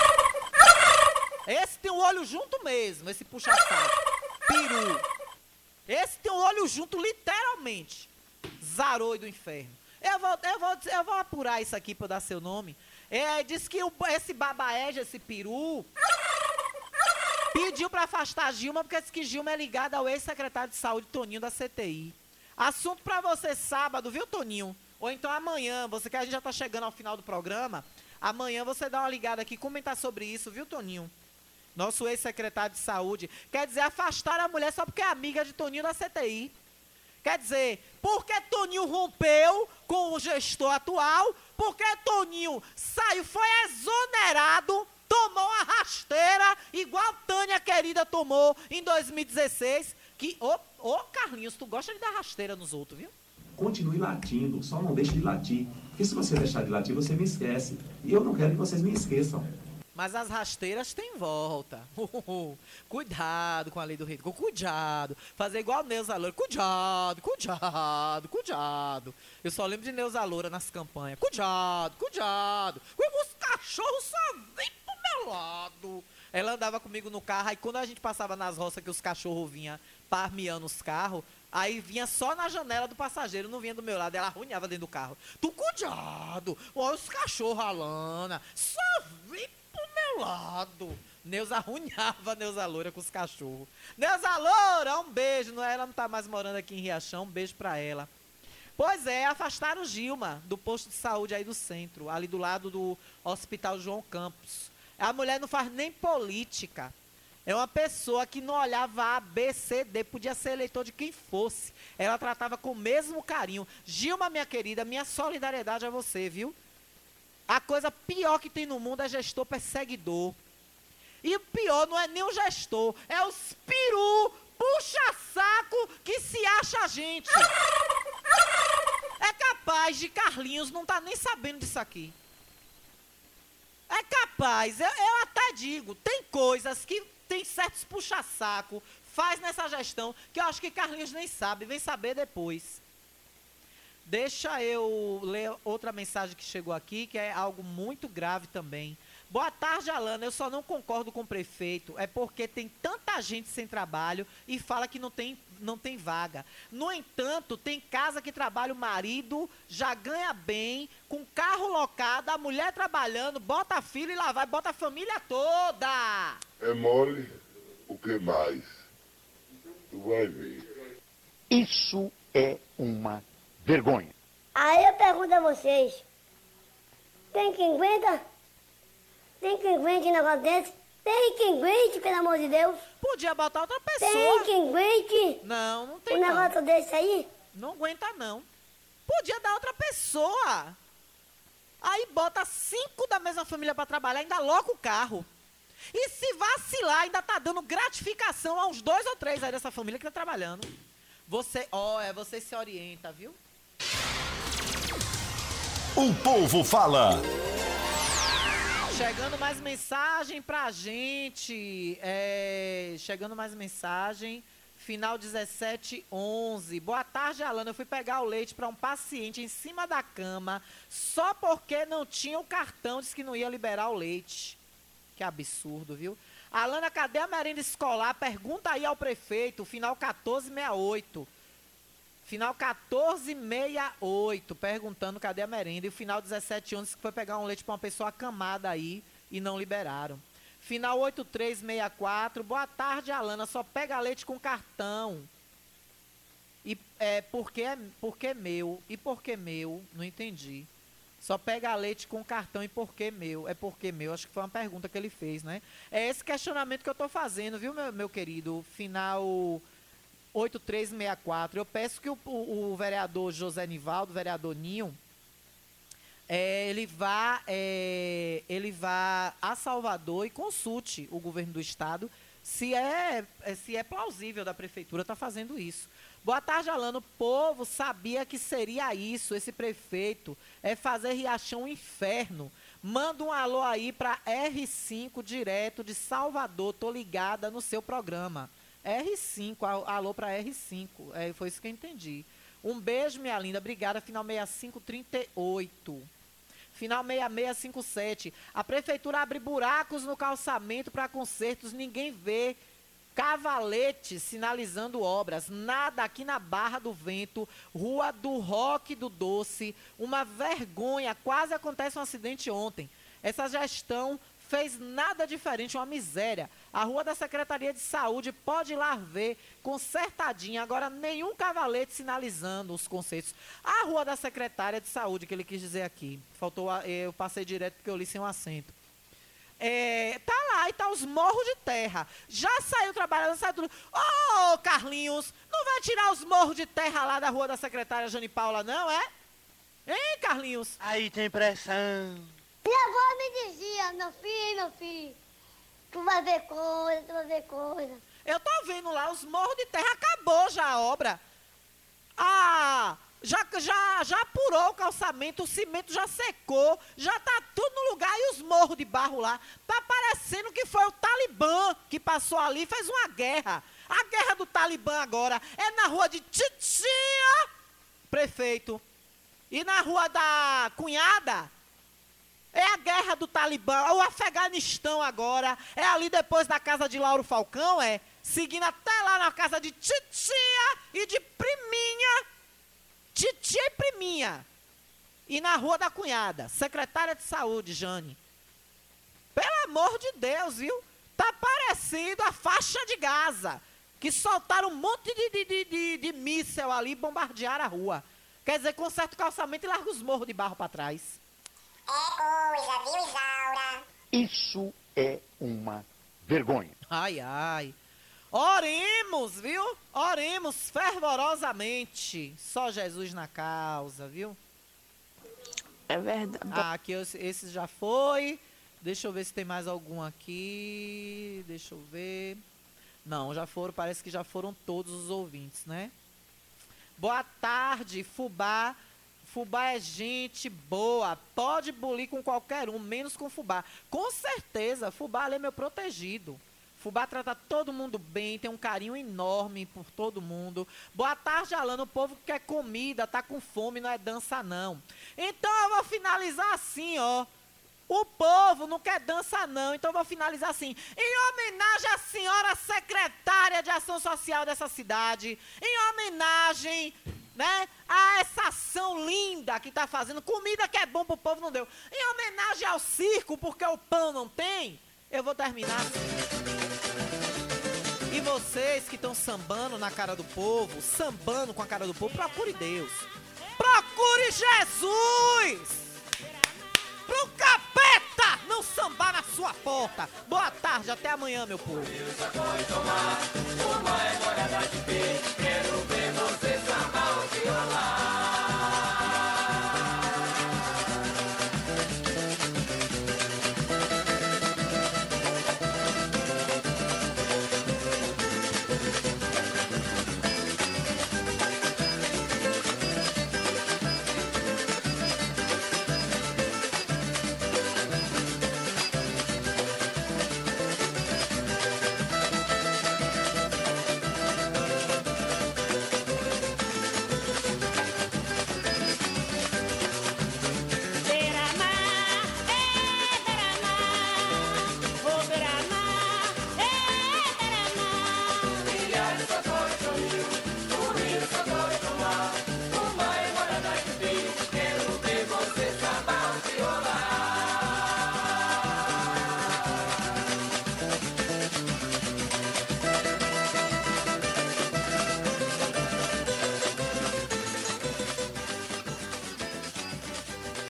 Esse tem o olho junto mesmo, esse puxa-saco, peru. Esse tem o olho junto, literalmente. Zaroi do inferno. Eu vou, eu vou, eu vou apurar isso aqui pra eu dar seu nome. É, diz que o, esse babaege, esse peru, pediu pra afastar a Gilma, porque diz que Gilma é ligada ao ex-secretário de saúde, Toninho, da C T I. Assunto pra você sábado, viu, Toninho? Ou então amanhã, você que a gente já tá chegando ao final do programa. Amanhã você dá uma ligada aqui, comentar sobre isso, viu, Toninho? Nosso ex-secretário de saúde. Quer dizer, afastar a mulher só porque é amiga de Toninho da C T I. Quer dizer, porque Toninho rompeu com o gestor atual, porque Toninho saiu, foi exonerado, tomou uma rasteira, igual Tânia querida tomou em dois mil e dezesseis. Que, ô, ô Carlinhos, tu gosta de dar rasteira nos outros, viu? Continue latindo, só não deixe de latir. Porque se você deixar de latir, você me esquece. E eu não quero que vocês me esqueçam. Mas as rasteiras têm volta. Cuidado com a lei do ritmo. Cuidado. Fazer igual Neuza Loura. Cuidado, cuidado, cuidado. Eu só lembro de Neuza Loura nas campanhas. Cuidado, cuidado. Os cachorros só vêm pro meu lado. Ela andava comigo no carro, aí quando a gente passava nas roças que os cachorros vinham parmeando os carros, aí vinha só na janela do passageiro, não vinha do meu lado, ela arrunhava dentro do carro. Tu cuidado, olha os cachorros, Alana, só vem pro meu lado. Neuza arrunhava Neuza Loura com os cachorros. Neuza Loura, um beijo, não, ela não tá mais morando aqui em Riachão, um beijo pra ela. Pois é, afastaram Gilma do posto de saúde aí do centro, ali do lado do Hospital João Campos. A mulher não faz nem política. É uma pessoa que não olhava A, B, C, D, podia ser eleitor de quem fosse. Ela tratava com o mesmo carinho. Gilma, minha querida, minha solidariedade a você, viu? A coisa pior que tem no mundo é gestor perseguidor. E o pior não é nem o gestor, é os peru, puxa-saco que se acha a gente. É capaz de Carlinhos não tá nem sabendo disso aqui. É capaz, eu, eu até digo, tem coisas que tem certos puxa-saco, faz nessa gestão, que eu acho que Carlinhos nem sabe, vem saber depois. Deixa eu ler outra mensagem que chegou aqui, que é algo muito grave também. Boa tarde, Alana. Eu só não concordo com o prefeito. É porque tem tanta gente sem trabalho e fala que não tem, não tem vaga. No entanto, tem casa que trabalha o marido, já ganha bem, com carro locado, a mulher trabalhando, bota a filha e lá vai, bota a família toda. É mole, o que mais? Tu vai ver. Isso é uma vergonha. Aí eu pergunto a vocês, tem quem aguenta? Tem quem aguente um negócio desse? Tem quem aguente, pelo amor de Deus? Podia botar outra pessoa. Tem quem aguente? Não, não tem um não. Um negócio desse aí? Não aguenta não. Podia dar outra pessoa. Aí bota cinco da mesma família pra trabalhar, ainda loca o carro. E se vacilar, ainda tá dando gratificação a uns dois ou três aí dessa família que tá trabalhando. Você, ó, é, você se orienta, viu? O povo fala. Chegando mais mensagem pra gente. É, chegando mais mensagem. Final dezessete onze. Boa tarde, Alana. Eu fui pegar o leite para um paciente em cima da cama só porque não tinha o cartão, disse que não ia liberar o leite. Que absurdo, viu? Alana, cadê a merenda escolar? Pergunta aí ao prefeito. Final quatorze sessenta e oito. Final quatorze sessenta e oito, perguntando cadê a merenda. E o final dezessete onze, que foi pegar um leite para uma pessoa acamada aí e não liberaram. Final oitenta e três sessenta e quatro, boa tarde, Alana, só pega leite com cartão. E é, porque é porque meu? E por que meu? Não entendi. Só pega leite com cartão e por que meu? É porque meu, acho que foi uma pergunta que ele fez, né? É esse questionamento que eu tô fazendo, viu, meu, meu querido? Final oitenta e três sessenta e quatro. Eu peço que o, o, o vereador José Nivaldo, o vereador Ninho, é, ele, vá, é, ele vá a Salvador e consulte o governo do estado se é, se é plausível da prefeitura estar fazendo isso. Boa tarde, Alano. O povo sabia que seria isso, esse prefeito, é fazer Riachão um inferno. Manda um alô aí para R cinco, direto de Salvador. Tô ligada no seu programa. R cinco, alô para R cinco. É, foi isso que eu entendi. Um beijo, minha linda. Obrigada. Final sessenta e cinco trinta e oito. Final sessenta e seis cinquenta e sete. A prefeitura abre buracos no calçamento para consertos. Ninguém vê. Cavalete sinalizando obras. Nada aqui na Barra do Vento. Rua do Roque do Doce. Uma vergonha. Quase acontece um acidente ontem. Essa gestão fez nada diferente, uma miséria. A Rua da Secretaria de Saúde, pode ir lá ver, consertadinha. Agora, nenhum cavalete sinalizando os conceitos. A Rua da Secretária de Saúde, que ele quis dizer aqui. Faltou, eu passei direto porque eu li sem um acento. É, tá lá e tá os morros de terra. Já saiu trabalhando, saiu tudo. Ô, oh, Carlinhos, não vai tirar os morros de terra lá da Rua da Secretária Jane Paula, não, é? Hein, Carlinhos? Aí tem pressão. Minha avó me dizia, meu filho, meu filho, tu vai ver coisa, tu vai ver coisa. Eu tô vendo lá, os morros de terra, acabou já a obra. Ah, já, já, já apurou o calçamento, o cimento já secou, já tá tudo no lugar e os morros de barro lá. Tá parecendo que foi o Talibã que passou ali e fez uma guerra. A guerra do Talibã agora é na rua de Titia, prefeito, e na rua da Cunhada, É a guerra do Talibã, o Afeganistão agora, é ali depois da casa de Lauro Falcão, é, seguindo até lá na casa de titia e de priminha, titia e priminha, e na Rua da Cunhada, secretária de saúde, Jane. Pelo amor de Deus, viu? Tá parecendo a faixa de Gaza, que soltaram um monte de, de, de, de, de míssel ali e bombardearam a rua. Quer dizer, conserta o calçamento e larga os morros de barro pra trás. É coisa, viu, Isaura? Isso é uma vergonha. Ai, ai. Oremos, viu? Oremos fervorosamente. Só Jesus na causa, viu? É verdade. Ah, aqui esse já foi. Deixa eu ver se tem mais algum aqui. Deixa eu ver. Não, já foram, parece que já foram todos os ouvintes, né? Boa tarde, Fubá. Fubá é gente boa, pode bulir com qualquer um, menos com Fubá. Com certeza, Fubá ali é meu protegido. Fubá trata todo mundo bem, tem um carinho enorme por todo mundo. Boa tarde, Alana, o povo quer comida, tá com fome, não é dança não. Então eu vou finalizar assim, ó. O povo não quer dança não, então eu vou finalizar assim. Em homenagem à senhora secretária de Ação Social dessa cidade, em homenagem, né, a essa ação linda que tá fazendo, comida que é bom pro povo não deu. Em homenagem ao circo, porque o pão não tem, eu vou terminar assim. E vocês que estão sambando na cara do povo, sambando com a cara do povo, procure Deus. Procure Jesus! Pro capeta não sambar na sua porta. Boa tarde, até amanhã, meu povo.